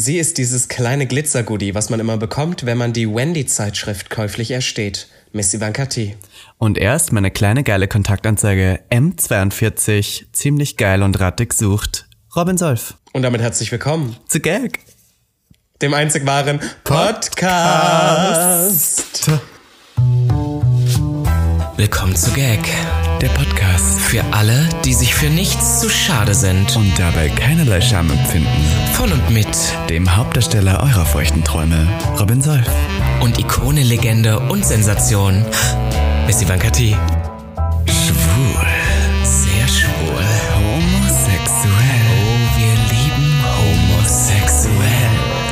Sie ist dieses kleine Glitzer-Goodie, was man immer bekommt, wenn man die Wendy-Zeitschrift käuflich ersteht. Miss Ivanka T. Und er ist meine kleine geile Kontaktanzeige M42, ziemlich geil und rattig sucht, Robin Solf. Und damit herzlich willkommen zu Gag, dem einzig wahren Podcast. Willkommen zu Gag, der Podcast für alle, die sich für nichts zu schade sind und dabei keinerlei Scham empfinden. Von und mit dem Hauptdarsteller eurer feuchten Träume, Robin Solf. Und Ikone, Legende und Sensation, Miss Ivanka T. Schwul. Sehr schwul. Homosexuell. Oh, wir lieben homosexuell.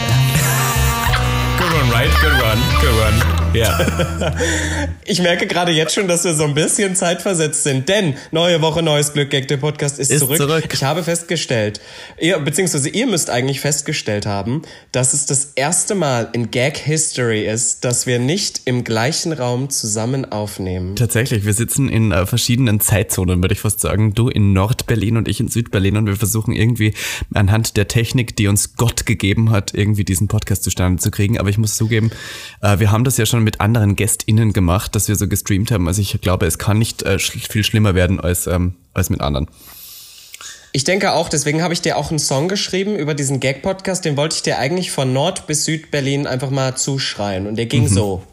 Good one, right? Good one. Good one. Ja. Ich merke gerade jetzt schon, dass wir so ein bisschen zeitversetzt sind, denn neue Woche, neues Glück, Gag, der Podcast ist zurück. Ich habe festgestellt, ihr müsst eigentlich festgestellt haben, dass es das erste Mal in Gag History ist, dass wir nicht im gleichen Raum zusammen aufnehmen. Tatsächlich, wir sitzen in verschiedenen Zeitzonen, würde ich fast sagen. Du in Nordberlin und ich in Südberlin, und wir versuchen irgendwie anhand der Technik, die uns Gott gegeben hat, irgendwie diesen Podcast zustande zu kriegen. Aber ich muss zugeben, wir haben das ja schon mit anderen GästInnen gemacht, dass wir so gestreamt haben. Also ich glaube, es kann nicht viel schlimmer werden als mit anderen. Ich denke auch, deswegen habe ich dir auch einen Song geschrieben über diesen Gag-Podcast, den wollte ich dir eigentlich von Nord bis Südberlin einfach mal zuschreien. Und der ging so.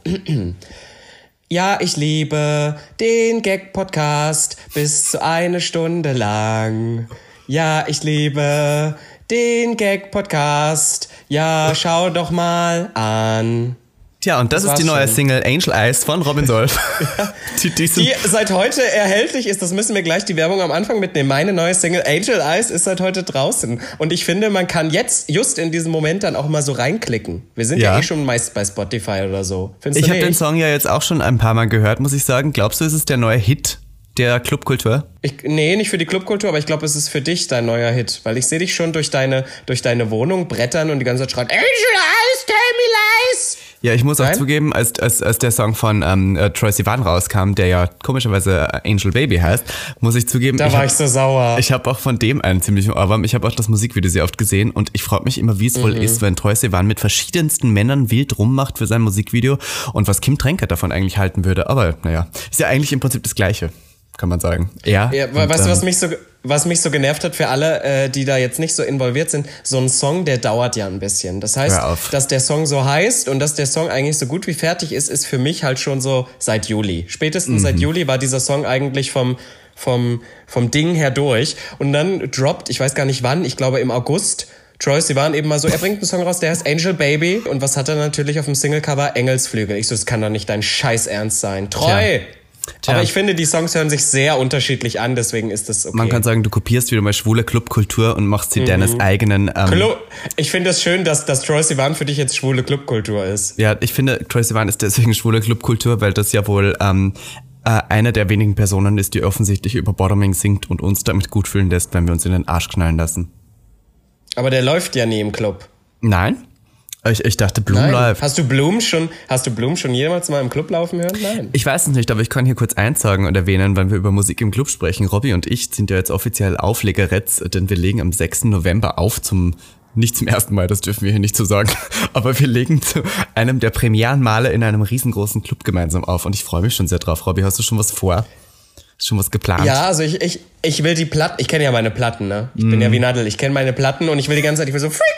Ja, ich liebe den Gag-Podcast bis zu 1 Stunde lang. Ja, ich liebe den Gag-Podcast. Ja, schau doch mal an. Tja, und das ist die neue Single Angel Eyes von Robin Solf. Ja. Die seit heute erhältlich ist, das müssen wir gleich die Werbung am Anfang mitnehmen. Meine neue Single Angel Eyes ist seit heute draußen. Und ich finde, man kann jetzt, just in diesem Moment, dann auch mal so reinklicken. Wir sind ja eh schon meist bei Spotify oder so. Findest du Ich habe den Song ja jetzt auch schon ein paar Mal gehört, muss ich sagen. Glaubst du, ist es der neue Hit der Clubkultur? Nee, nicht für die Clubkultur, aber ich glaube, es ist für dich dein neuer Hit. Weil ich sehe dich schon durch deine Wohnung brettern und die ganze Zeit schreien, Angel Eyes, tell me lies! Ja, ich muss auch zugeben, als der Song von Troye Sivan rauskam, der ja komischerweise Angel Baby heißt, muss ich zugeben... Da war ich so sauer. Ich habe auch von dem einen ziemlichen Ohrwurm. Ich habe auch das Musikvideo sehr oft gesehen und ich frage mich immer, wie es wohl ist, wenn Troye Sivan mit verschiedensten Männern wild rummacht für sein Musikvideo und was Kim Trenkert davon eigentlich halten würde. Aber naja, ist ja eigentlich im Prinzip das Gleiche, kann man sagen. Ja, weißt du, was mich so genervt hat für alle, die da jetzt nicht so involviert sind, so ein Song, der dauert ja ein bisschen. Das heißt, dass der Song so heißt und dass der Song eigentlich so gut wie fertig ist für mich halt schon so seit Juli. Spätestens seit Juli war dieser Song eigentlich vom Ding her durch. Und dann droppt, ich weiß gar nicht wann, ich glaube im August, Troye Sivan eben mal so, er bringt einen Song raus, der heißt Angel Baby. Und was hat er natürlich auf dem Singlecover? Engelsflügel. Ich so, das kann doch nicht dein Scheiß Ernst sein. Troye! Tja. Aber ich finde, die Songs hören sich sehr unterschiedlich an, deswegen ist das okay. Man kann sagen, du kopierst wieder mal schwule Clubkultur und machst sie deines eigenen... Ich finde es schön, dass Troye Sivan für dich jetzt schwule Clubkultur ist. Ja, ich finde, Troye Sivan ist deswegen schwule Clubkultur, weil das ja wohl eine der wenigen Personen ist, die offensichtlich über Bottoming singt und uns damit gut fühlen lässt, wenn wir uns in den Arsch knallen lassen. Aber der läuft ja nie im Club. Nein. Ich dachte, Bloom live. Hast du Bloom schon jemals mal im Club laufen hören? Nein. Ich weiß es nicht, aber ich kann hier kurz eins sagen und erwähnen, wenn wir über Musik im Club sprechen. Robby und ich sind ja jetzt offiziell Auflegeretz, denn wir legen am 6. November auf nicht zum ersten Mal, das dürfen wir hier nicht so sagen, aber wir legen zu einem der Premierenmale in einem riesengroßen Club gemeinsam auf und ich freue mich schon sehr drauf. Robby, hast du schon was vor? Schon was geplant? Ja, also ich will die Platten, ich kenne ja meine Platten, ne? Ich bin ja wie Nadel, ich kenne meine Platten und ich will die ganze Zeit, ich will so freaky.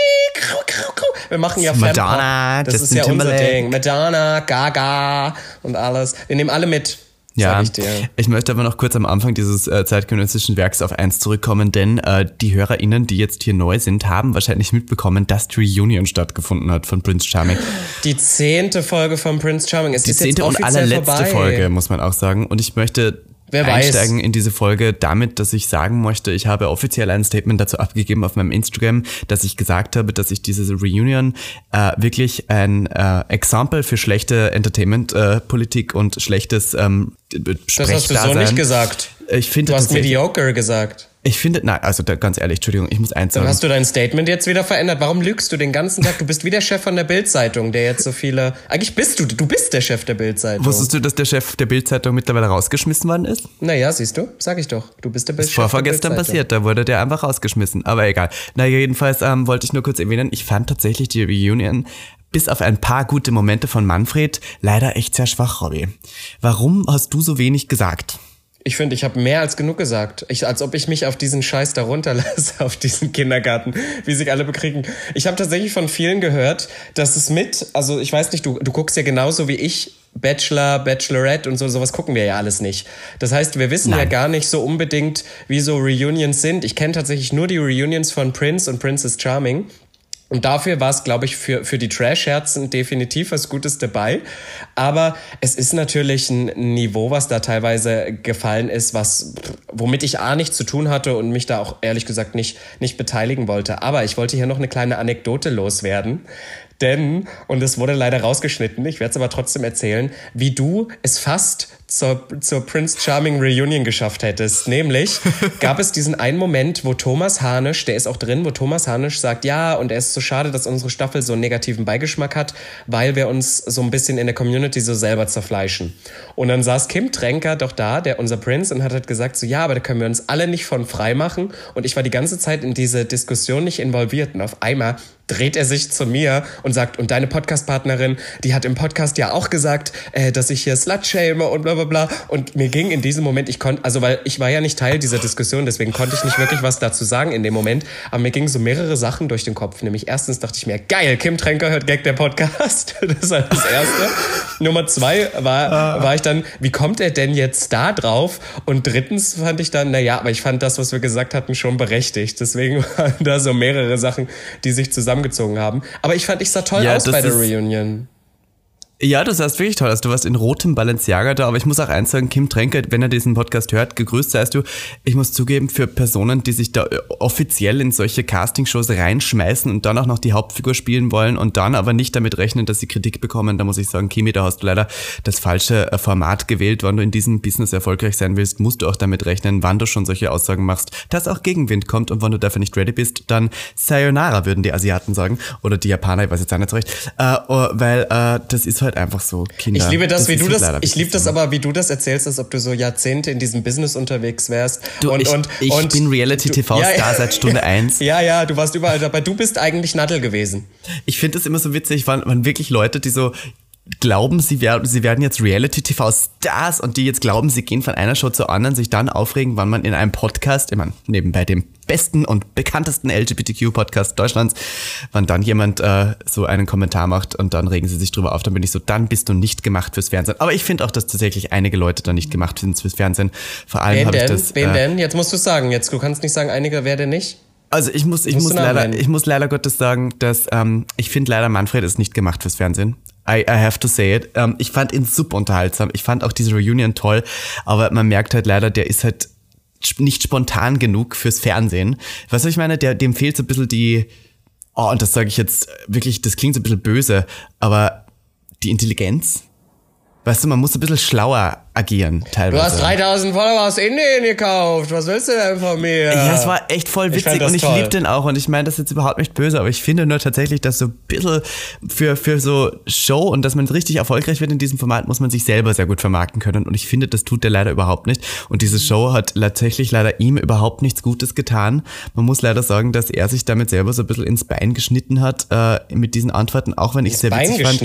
Wir machen ja Madonna, das ist ja unser Ding. Madonna, Gaga und alles. Wir nehmen alle mit. Ja, ich möchte aber noch kurz am Anfang dieses zeitgenössischen Werks auf eins zurückkommen, denn die HörerInnen, die jetzt hier neu sind, haben wahrscheinlich mitbekommen, dass die Reunion stattgefunden hat von Prince Charming. Die 10. Folge von Prince Charming. Es ist jetzt offiziell und allerletzte Folge, muss man auch sagen. Und ich möchte einsteigen in diese Folge damit, dass ich sagen möchte, ich habe offiziell ein Statement dazu abgegeben auf meinem Instagram, dass ich gesagt habe, dass ich diese Reunion wirklich ein Exempel für schlechte Entertainment-Politik und schlechtes Sprechdasein. Das hast du so nicht gesagt. Ich finde, du hast mediocre gesagt. Ich finde, nein, also ganz ehrlich, Entschuldigung, ich muss eins sagen. Dann hast du dein Statement jetzt wieder verändert. Warum lügst du den ganzen Tag? Du bist wie der Chef von der Bild-Zeitung, der jetzt so viele... Eigentlich bist du bist der Chef der Bild-Zeitung. Wusstest du, dass der Chef der Bild-Zeitung mittlerweile rausgeschmissen worden ist? Naja, siehst du, sag ich doch. Du bist der Chef der Bild-Zeitung. Vorgestern passiert, da wurde der einfach rausgeschmissen. Aber egal. Naja, jedenfalls wollte ich nur kurz erwähnen, ich fand tatsächlich die Reunion... bis auf ein paar gute Momente von Manfred leider echt sehr schwach, Robby. Warum hast du so wenig gesagt? Ich finde, ich habe mehr als genug gesagt. Als ob ich mich auf diesen Scheiß da runterlasse, auf diesen Kindergarten, wie sich alle bekriegen. Ich habe tatsächlich von vielen gehört, dass es also ich weiß nicht, du guckst ja genauso wie ich, Bachelor, Bachelorette und sowas gucken wir ja alles nicht. Das heißt, wir wissen ja gar nicht so unbedingt, wie so Reunions sind. Ich kenne tatsächlich nur die Reunions von Prince und Princess Charming. Und dafür war es, glaube ich, für die Trash-Herzen definitiv was Gutes dabei. Aber es ist natürlich ein Niveau, was da teilweise gefallen ist, womit ich nichts zu tun hatte und mich da auch ehrlich gesagt nicht beteiligen wollte. Aber ich wollte hier noch eine kleine Anekdote loswerden. Denn, und es wurde leider rausgeschnitten, ich werde es aber trotzdem erzählen, wie du es fast zur Prince Charming Reunion geschafft hättest. Nämlich gab es diesen einen Moment, wo Thomas Harnisch, der ist auch drin, wo Thomas Harnisch sagt, ja, und es ist so schade, dass unsere Staffel so einen negativen Beigeschmack hat, weil wir uns so ein bisschen in der Community so selber zerfleischen. Und dann saß Kim Tränker doch da, unser Prince, und hat halt gesagt, so ja, aber da können wir uns alle nicht von frei machen. Und ich war die ganze Zeit in diese Diskussion nicht involviert. Und auf einmal dreht er sich zu mir und sagt, und deine Podcast-Partnerin, die hat im Podcast ja auch gesagt, dass ich hier Slut-shame und bla bla bla. Und mir ging in diesem Moment, weil ich war ja nicht Teil dieser Diskussion, deswegen konnte ich nicht wirklich was dazu sagen in dem Moment, aber mir gingen so mehrere Sachen durch den Kopf. Nämlich erstens dachte ich mir, geil, Kim Tränker hört Gag der Podcast. Das war das Erste. Nummer 2 war ich dann, wie kommt er denn jetzt da drauf? Und drittens fand ich dann, naja, aber ich fand das, was wir gesagt hatten, schon berechtigt. Deswegen waren da so mehrere Sachen, die sich zusammengezogen haben. Aber ich sah toll aus bei der Reunion. Ja, du sahst wirklich toll aus. Du warst in rotem Balenciaga da, aber ich muss auch eins sagen, Kim Tränker, wenn er diesen Podcast hört, gegrüßt seist du. Ich muss zugeben, für Personen, die sich da offiziell in solche Castingshows reinschmeißen und dann auch noch die Hauptfigur spielen wollen und dann aber nicht damit rechnen, dass sie Kritik bekommen, da muss ich sagen, Kimi, da hast du leider das falsche Format gewählt. Wenn du in diesem Business erfolgreich sein willst, musst du auch damit rechnen, wann du schon solche Aussagen machst, dass auch Gegenwind kommt, und wenn du dafür nicht ready bist, dann Sayonara, würden die Asiaten sagen, oder die Japaner, ich weiß jetzt auch nicht so recht, weil das ist halt einfach so, Kinder. Ich liebe ich liebe das aber, wie du das erzählst, als ob du so Jahrzehnte in diesem Business unterwegs wärst. Ich bin Reality-TV-Star seit Stunde 1. Ja, du warst überall dabei. Du bist eigentlich Nadel gewesen. Ich finde das immer so witzig, waren wirklich Leute, die so glauben, sie werden jetzt Reality-TV-Stars und die jetzt glauben, sie gehen von einer Show zur anderen, sich dann aufregen, wann man in einem Podcast, ich meine, nebenbei dem besten und bekanntesten LGBTQ-Podcast Deutschlands, wann dann jemand so einen Kommentar macht und dann regen sie sich drüber auf, dann bin ich so, dann bist du nicht gemacht fürs Fernsehen. Aber ich finde auch, dass tatsächlich einige Leute da nicht gemacht sind fürs Fernsehen. Vor allem habe ich das... Wen denn? Jetzt musst du sagen. Du kannst nicht sagen, einige, wer denn nicht? Also ich muss leider Gottes sagen, dass ich finde leider, Manfred ist nicht gemacht fürs Fernsehen. I have to say it. Ich fand ihn super unterhaltsam. Ich fand auch diese Reunion toll, aber man merkt halt leider, der ist halt nicht spontan genug fürs Fernsehen. Weißt du, was ich meine? Dem fehlt so ein bisschen und das sage ich jetzt wirklich, das klingt so ein bisschen böse, aber die Intelligenz. Weißt du, man muss ein bisschen schlauer agieren teilweise. Du hast 3000 Follower aus Indien gekauft. Was willst du denn von mir? Ja, es war echt voll witzig und ich liebe den auch. Und ich meine das ist jetzt überhaupt nicht böse, aber ich finde nur tatsächlich, dass so ein bisschen für so Show und dass man richtig erfolgreich wird in diesem Format, muss man sich selber sehr gut vermarkten können. Und ich finde, das tut der leider überhaupt nicht. Und diese Show hat tatsächlich leider ihm überhaupt nichts Gutes getan. Man muss leider sagen, dass er sich damit selber so ein bisschen ins Bein geschnitten hat mit diesen Antworten, auch wenn ich es sehr witzig fand.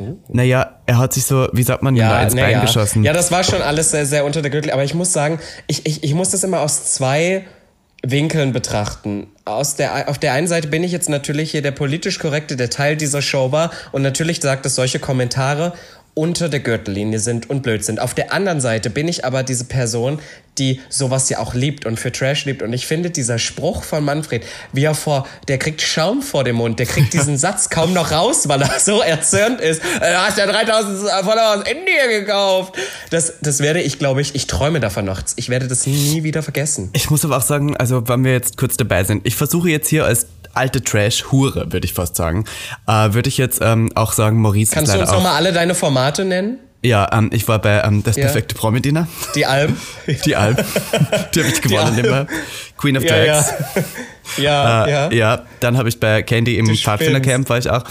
Naja, er hat sich so, wie sagt man, ins Bein geschossen. Ja, das war schon alles sehr, sehr unter der Gürtel. Aber ich muss sagen, ich muss das immer aus 2 Winkeln betrachten. Auf der einen Seite bin ich jetzt natürlich hier der politisch Korrekte, der Teil dieser Show war. Und natürlich sagt es solche Kommentare unter der Gürtellinie sind und blöd sind. Auf der anderen Seite bin ich aber diese Person, die sowas ja auch liebt und für Trash liebt. Und ich finde, dieser Spruch von Manfred, der kriegt Schaum vor dem Mund, der kriegt diesen Satz kaum noch raus, weil er so erzürnt ist. Du hast ja 3000 Follower aus Indien gekauft. Das werde ich, glaube ich träume davon nachts. Ich werde das nie wieder vergessen. Ich muss aber auch sagen, also wenn wir jetzt kurz dabei sind, ich versuche jetzt hier als alte Trash-Hure, würde ich fast sagen, würde ich jetzt auch sagen, Maurice Kannst du uns nochmal alle deine Formate nennen? Ja, ich war bei das perfekte Promi-Dinner. Die Alm. Die Alm. Die habe ich gewonnen immer. Queen of Drags. Ja, dann habe ich bei Candy im Pfadfindercamp war ich auch.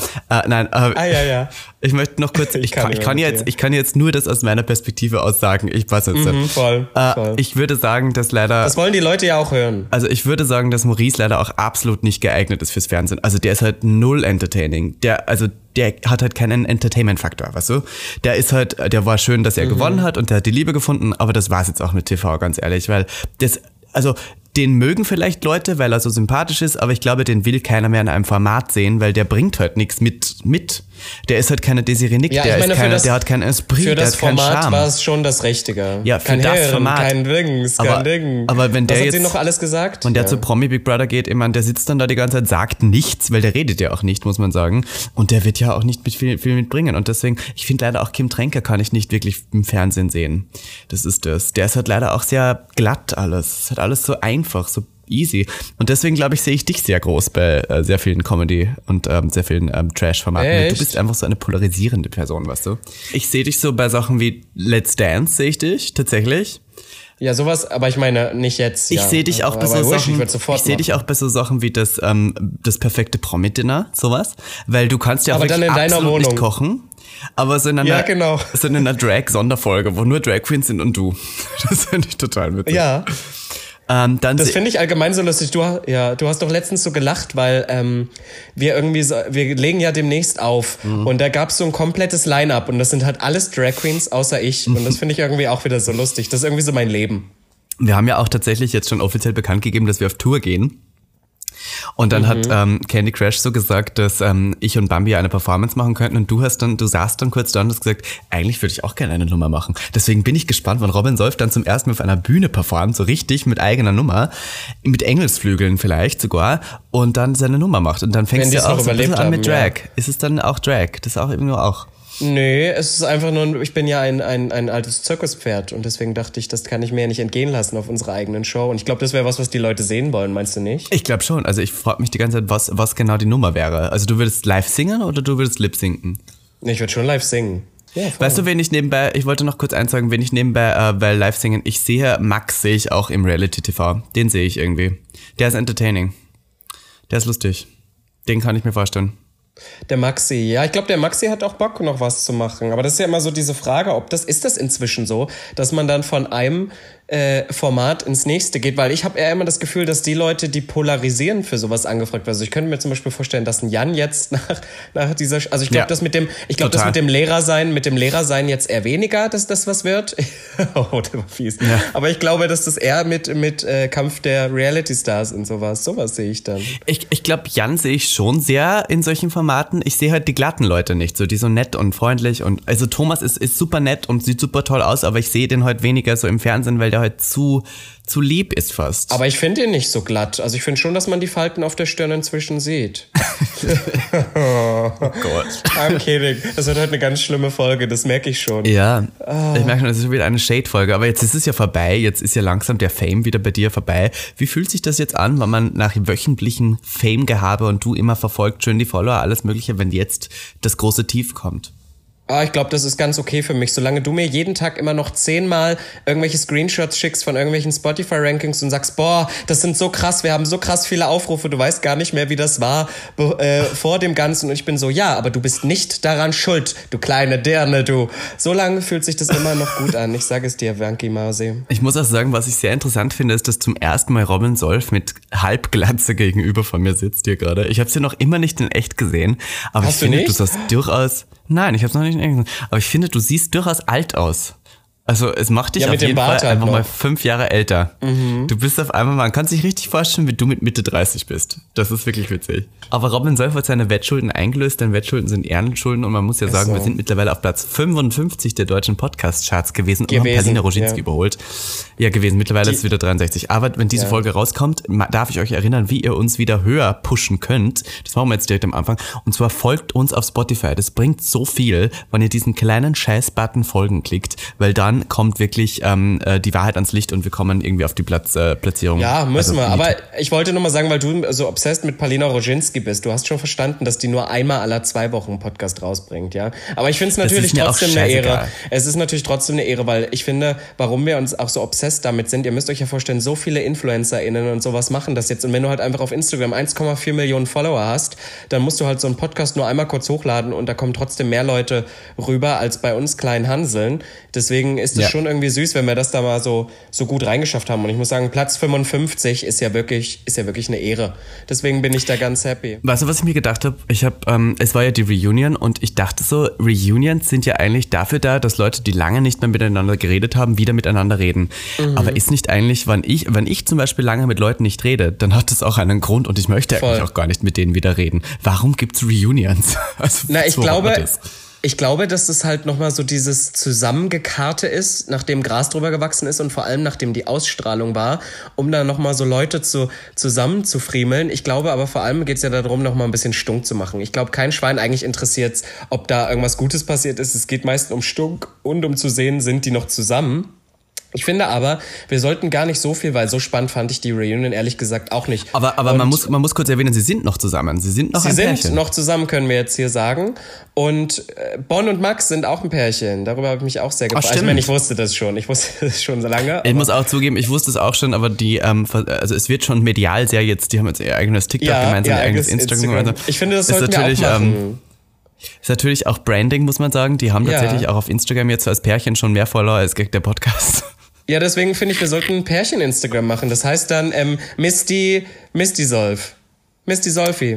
Ich möchte noch kurz, ich kann jetzt nur das aus meiner Perspektive aus sagen. Ich weiß jetzt nicht. Voll. Ich würde sagen, dass leider... Das wollen die Leute ja auch hören. Also ich würde sagen, dass Maurice leider auch absolut nicht geeignet ist fürs Fernsehen. Also der ist halt null entertaining. Der hat halt keinen Entertainment-Faktor, weißt du? Der war schön, dass er gewonnen hat und der hat die Liebe gefunden, aber das war's jetzt auch mit TV, ganz ehrlich, weil den mögen vielleicht Leute, weil er so sympathisch ist, aber ich glaube, den will keiner mehr in einem Format sehen, weil der bringt halt nichts mit. Der ist halt keine Desiree Nick, der hat keinen Esprit, für das der hat keinen Format Charme. War es schon das Richtige. Ja, für das Format. Kein Dings, kein Ding. Aber wenn der Was hat jetzt, sie noch alles gesagt? Und der zu Promi Big Brother geht, ich meine, der sitzt dann da die ganze Zeit, sagt nichts, weil der redet ja auch nicht, muss man sagen. Und der wird ja auch nicht viel mitbringen. Und deswegen, ich finde leider auch Kim Tränker kann ich nicht wirklich im Fernsehen sehen. Das ist das. Der ist halt leider auch sehr glatt alles. Es ist halt alles so einfach, so easy. Und deswegen, glaube ich, sehe ich dich sehr groß bei sehr vielen Comedy und sehr vielen Trash-Formaten. Du bist einfach so eine polarisierende Person, weißt du? Ich sehe dich so bei Sachen wie Let's Dance, sehe ich dich tatsächlich. Ja, sowas, aber ich meine nicht jetzt. Ich sehe dich auch bei so Sachen. Ich sehe dich auch bei so Sachen wie das perfekte Promi-Dinner, sowas, weil du kannst ja auch wirklich absolut nicht kochen. Aber so in einer Drag-Sonderfolge, wo nur Drag Queens sind und du. Das finde ich total witzig. Ja. Das finde ich allgemein so lustig. Du hast doch letztens so gelacht, weil wir legen ja demnächst auf und da gab's so ein komplettes Line-Up und das sind halt alles Drag Queens außer ich und das finde ich irgendwie auch wieder so lustig. Das ist irgendwie so mein Leben. Wir haben ja auch tatsächlich jetzt schon offiziell bekannt gegeben, dass wir auf Tour gehen. Und dann hat Candy Crash so gesagt, dass ich und Bambi eine Performance machen könnten und du saßt dann kurz da und hast gesagt, eigentlich würde ich auch gerne eine Nummer machen. Deswegen bin ich gespannt, wann Robin Solf dann zum ersten Mal auf einer Bühne performt, so richtig mit eigener Nummer, mit Engelsflügeln vielleicht sogar und dann seine Nummer macht. Und dann fängst du auch so ein bisschen an mit Drag. Ja. Ist es dann auch Drag? Das ist auch irgendwie auch... Nee, es ist einfach nur, ich bin ja ein altes Zirkuspferd und deswegen dachte ich, das kann ich mir ja nicht entgehen lassen auf unserer eigenen Show. Und ich glaube, das wäre was die Leute sehen wollen, meinst du nicht? Ich glaube schon. Also ich frage mich die ganze Zeit, was genau die Nummer wäre. Also du würdest live singen oder du würdest lip-sinken? Nee, ich würde schon live singen. Ja, weißt du, ich wollte noch kurz eins sagen, bei live singen, Max sehe ich auch im Reality-TV. Den sehe ich irgendwie. Der ist entertaining. Der ist lustig. Den kann ich mir vorstellen. Der Maxi, ja, ich glaube, der Maxi hat auch Bock, noch was zu machen. Aber das ist ja immer so diese Frage, ist das inzwischen so, dass man dann von einem Format ins nächste geht? Weil ich habe eher immer das Gefühl, dass die Leute, die polarisieren, für sowas angefragt werden. Also ich könnte mir zum Beispiel vorstellen, dass ein Jan jetzt nach dieser, also ich glaube, das mit dem Lehrersein jetzt eher weniger, dass das was wird. Oh, der war fies. Ja. Aber ich glaube, dass das eher mit Kampf der Reality Stars und sowas sehe ich dann. Ich glaube, Jan sehe ich schon sehr in solchen Formaten. Ich sehe halt die glatten Leute nicht, so die so nett und freundlich und, also Thomas ist super nett und sieht super toll aus, aber ich sehe den heute weniger so im Fernsehen, weil der halt zu lieb ist fast. Aber ich finde ihn nicht so glatt. Also ich finde schon, dass man die Falten auf der Stirn inzwischen sieht. Oh Gott. I'm kidding. Das wird heute eine ganz schlimme Folge, das merke ich schon. Ja, Ich merke schon, das ist schon wieder eine Shade-Folge. Aber jetzt ist es ja vorbei, jetzt ist ja langsam der Fame wieder bei dir vorbei. Wie fühlt sich das jetzt an, wenn man nach wöchentlichem Fame-Gehabe und du immer verfolgt, schön die Follower, alles mögliche, wenn jetzt das große Tief kommt? Ich glaube, das ist ganz okay für mich, solange du mir jeden Tag immer noch 10-mal irgendwelche Screenshots schickst von irgendwelchen Spotify-Rankings und sagst, boah, das sind so krass, wir haben so krass viele Aufrufe, du weißt gar nicht mehr, wie das war vor dem Ganzen. Und ich bin so, ja, aber du bist nicht daran schuld, du kleine Dirne, du. So lange fühlt sich das immer noch gut an, ich sage es dir, Vanki Masi. Ich muss auch sagen, was ich sehr interessant finde, ist, dass zum ersten Mal Robin Solf mit Halbglatze gegenüber von mir sitzt hier gerade. Ich habe sie noch immer nicht in echt gesehen, aber ich finde, du sahst durchaus... Nein, ich hab's noch nicht gesehen. Aber ich finde, du siehst durchaus alt aus. Also es macht dich auf jeden Fall einfach mal 5 Jahre älter. Mhm. Du bist auf einmal, man kann sich richtig vorstellen, wie du mit Mitte 30 bist. Das ist wirklich witzig. Aber Robin Solf hat seine Wettschulden eingelöst, denn Wettschulden sind Ehrenschulden und man muss ja sagen, wir sind mittlerweile auf Platz 55 der deutschen Podcast-Charts gewesen und haben Palina Roginski überholt. Ja, gewesen. Mittlerweile ist es wieder 63. Aber wenn diese Folge rauskommt, darf ich euch erinnern, wie ihr uns wieder höher pushen könnt. Das machen wir jetzt direkt am Anfang. Und zwar folgt uns auf Spotify. Das bringt so viel, wenn ihr diesen kleinen Scheiß-Button folgen klickt, weil dann dann kommt wirklich die Wahrheit ans Licht und wir kommen irgendwie auf die Platzierung. Ja, müssen wir. Aber ich wollte nur mal sagen, weil du so obsessed mit Paulina Roginski bist. Du hast schon verstanden, dass die nur einmal alle 2 Wochen einen Podcast rausbringt, ja. Aber ich finde es natürlich trotzdem eine Ehre. Es ist natürlich trotzdem eine Ehre, weil ich finde, warum wir uns auch so obsessed damit sind, ihr müsst euch ja vorstellen, so viele InfluencerInnen und sowas machen das jetzt. Und wenn du halt einfach auf Instagram 1,4 Millionen Follower hast, dann musst du halt so einen Podcast nur einmal kurz hochladen und da kommen trotzdem mehr Leute rüber als bei uns kleinen Hanseln. Deswegen ist es schon irgendwie süß, wenn wir das da mal so gut reingeschafft haben. Und ich muss sagen, Platz 55 ist ja wirklich eine Ehre. Deswegen bin ich da ganz happy. Weißt du, was ich mir gedacht habe? Es war ja die Reunion und ich dachte so, Reunions sind ja eigentlich dafür da, dass Leute, die lange nicht mehr miteinander geredet haben, wieder miteinander reden. Aber ist nicht eigentlich, wenn ich zum Beispiel lange mit Leuten nicht rede, dann hat das auch einen Grund und ich möchte eigentlich auch gar nicht mit denen wieder reden. Warum gibt's Reunions? Also, ich glaube, dass das halt nochmal so dieses Zusammengekarte ist, nachdem Gras drüber gewachsen ist und vor allem nachdem die Ausstrahlung war, um dann nochmal so Leute zusammen zu friemeln. Ich glaube aber vor allem geht's ja darum, nochmal ein bisschen Stunk zu machen. Ich glaube, kein Schwein eigentlich interessiert's, ob da irgendwas Gutes passiert ist. Es geht meist um Stunk und um zu sehen, sind die noch zusammen. Ich finde aber, wir sollten gar nicht so viel, weil so spannend fand ich die Reunion ehrlich gesagt auch nicht. Aber man muss kurz erwähnen, sie sind noch zusammen. Sie sind noch zusammen, können wir jetzt hier sagen. Und Bon und Max sind auch ein Pärchen. Darüber habe ich mich auch sehr gefreut. Ich meine, ich wusste das schon. Ich wusste das schon so lange. Ich muss auch zugeben, ich wusste es auch schon, aber also es wird schon medial sehr jetzt, die haben jetzt ihr eigenes TikTok gemeinsam, ihr eigenes Instagram. Ich finde, das sollten wir auch machen. Ist natürlich auch Branding, muss man sagen. Die haben tatsächlich auch auf Instagram jetzt als Pärchen schon mehr Follower als der Podcast. Ja, deswegen finde ich, wir sollten ein Pärchen-Instagram machen. Das heißt dann Misty Solf. Misty Solfi.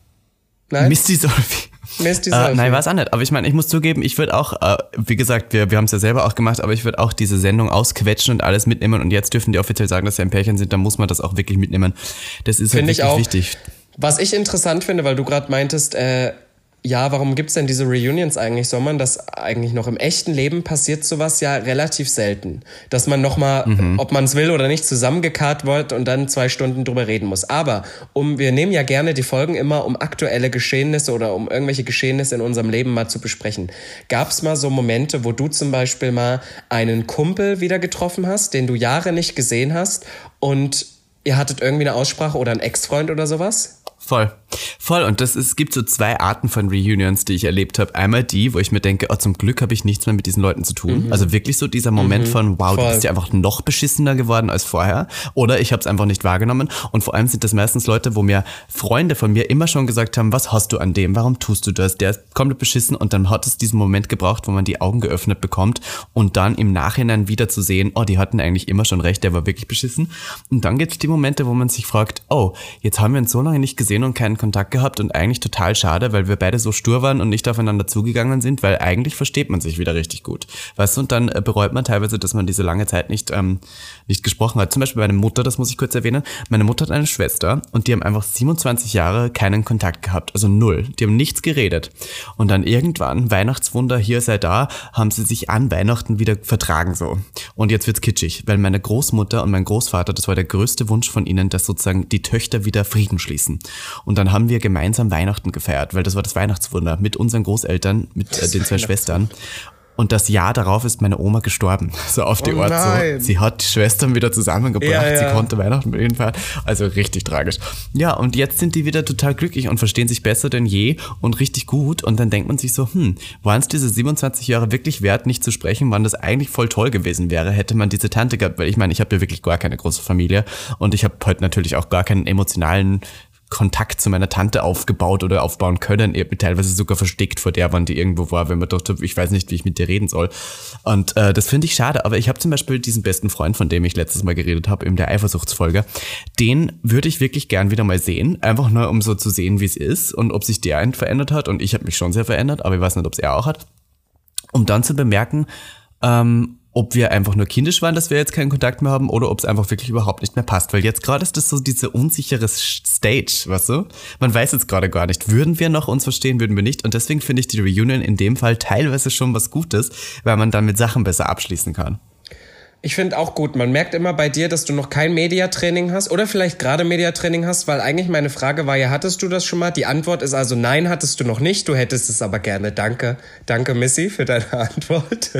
Nein? Misty Solfi. Nein, weiß auch nicht. Aber ich meine, ich muss zugeben, ich würde auch, wie gesagt, wir haben es ja selber auch gemacht, aber ich würde auch diese Sendung ausquetschen und alles mitnehmen. Und jetzt dürfen die offiziell sagen, dass sie ein Pärchen sind. Dann muss man das auch wirklich mitnehmen. Das ist halt wirklich wichtig. Was ich interessant finde, weil du gerade meintest, ja, warum gibt's denn diese Reunions eigentlich? Soll man das eigentlich noch im echten Leben passiert sowas ja relativ selten. Dass man nochmal, ob man es will oder nicht, zusammengekarrt wird und dann 2 Stunden drüber reden muss. Aber wir nehmen ja gerne die Folgen immer, um aktuelle Geschehnisse oder um irgendwelche Geschehnisse in unserem Leben mal zu besprechen. Gab's mal so Momente, wo du zum Beispiel mal einen Kumpel wieder getroffen hast, den du Jahre nicht gesehen hast und ihr hattet irgendwie eine Aussprache oder einen Ex-Freund oder sowas? Voll. Und es gibt so 2 Arten von Reunions, die ich erlebt habe. Einmal die, wo ich mir denke, zum Glück habe ich nichts mehr mit diesen Leuten zu tun. Also wirklich so dieser Moment von, wow, du bist ja einfach noch beschissener geworden als vorher. Oder ich habe es einfach nicht wahrgenommen. Und vor allem sind das meistens Leute, wo mir Freunde von mir immer schon gesagt haben, was hast du an dem? Warum tust du das? Der ist komplett beschissen. Und dann hat es diesen Moment gebraucht, wo man die Augen geöffnet bekommt und dann im Nachhinein wieder zu sehen, die hatten eigentlich immer schon recht, der war wirklich beschissen. Und dann gibt es die Momente, wo man sich fragt, jetzt haben wir uns so lange nicht gesehen und keinen Kontakt gehabt und eigentlich total schade, weil wir beide so stur waren und nicht aufeinander zugegangen sind, weil eigentlich versteht man sich wieder richtig gut. Weißt du, und dann bereut man teilweise, dass man diese lange Zeit nicht gesprochen hat. Zum Beispiel meine Mutter, das muss ich kurz erwähnen. Meine Mutter hat eine Schwester und die haben einfach 27 Jahre keinen Kontakt gehabt, also 0. Die haben nichts geredet. Und dann irgendwann, Weihnachtswunder, hier sei da, haben sie sich an Weihnachten wieder vertragen so. Und jetzt wird's kitschig, weil meine Großmutter und mein Großvater, das war der größte Wunsch von ihnen, dass sozusagen die Töchter wieder Frieden schließen. Und dann haben wir gemeinsam Weihnachten gefeiert, weil das war das Weihnachtswunder mit unseren Großeltern, mit den 2 Schwestern. Und das Jahr darauf ist meine Oma gestorben. So auf die Art so. Sie hat die Schwestern wieder zusammengebracht. Sie konnte Weihnachten mit ihnen feiern. Also richtig tragisch. Ja, und jetzt sind die wieder total glücklich und verstehen sich besser denn je und richtig gut. Und dann denkt man sich so, waren es diese 27 Jahre wirklich wert, nicht zu sprechen, wann das eigentlich voll toll gewesen wäre, hätte man diese Tante gehabt. Weil ich meine, ich habe ja wirklich gar keine große Familie und ich habe heute natürlich auch gar keinen emotionalen Kontakt zu meiner Tante aufgebaut oder aufbauen können, teilweise sogar versteckt vor der, wann die irgendwo war, wenn man dachte, ich weiß nicht, wie ich mit dir reden soll. Und das finde ich schade, aber ich habe zum Beispiel diesen besten Freund, von dem ich letztes Mal geredet habe, in der Eifersuchtsfolge, den würde ich wirklich gern wieder mal sehen, einfach nur um so zu sehen, wie es ist und ob sich der verändert hat und ich habe mich schon sehr verändert, aber ich weiß nicht, ob es er auch hat, um dann zu bemerken, ob wir einfach nur kindisch waren, dass wir jetzt keinen Kontakt mehr haben oder ob es einfach wirklich überhaupt nicht mehr passt. Weil jetzt gerade ist das so diese unsichere Stage, weißt du? Man weiß jetzt gerade gar nicht, würden wir noch uns verstehen, würden wir nicht. Und deswegen finde ich die Reunion in dem Fall teilweise schon was Gutes, weil man dann mit Sachen besser abschließen kann. Ich finde auch gut, man merkt immer bei dir, dass du noch kein Mediatraining hast oder vielleicht gerade Mediatraining hast, weil eigentlich meine Frage war ja, hattest du das schon mal? Die Antwort ist also nein, hattest du noch nicht, du hättest es aber gerne. Danke Missy, für deine Antwort.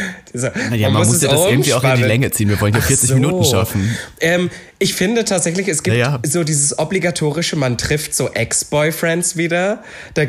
Man muss ja das irgendwie auch in die Länge ziehen, wir wollen ja 40 Minuten schaffen. Ich finde tatsächlich, es gibt so dieses obligatorische, man trifft so Ex-Boyfriends wieder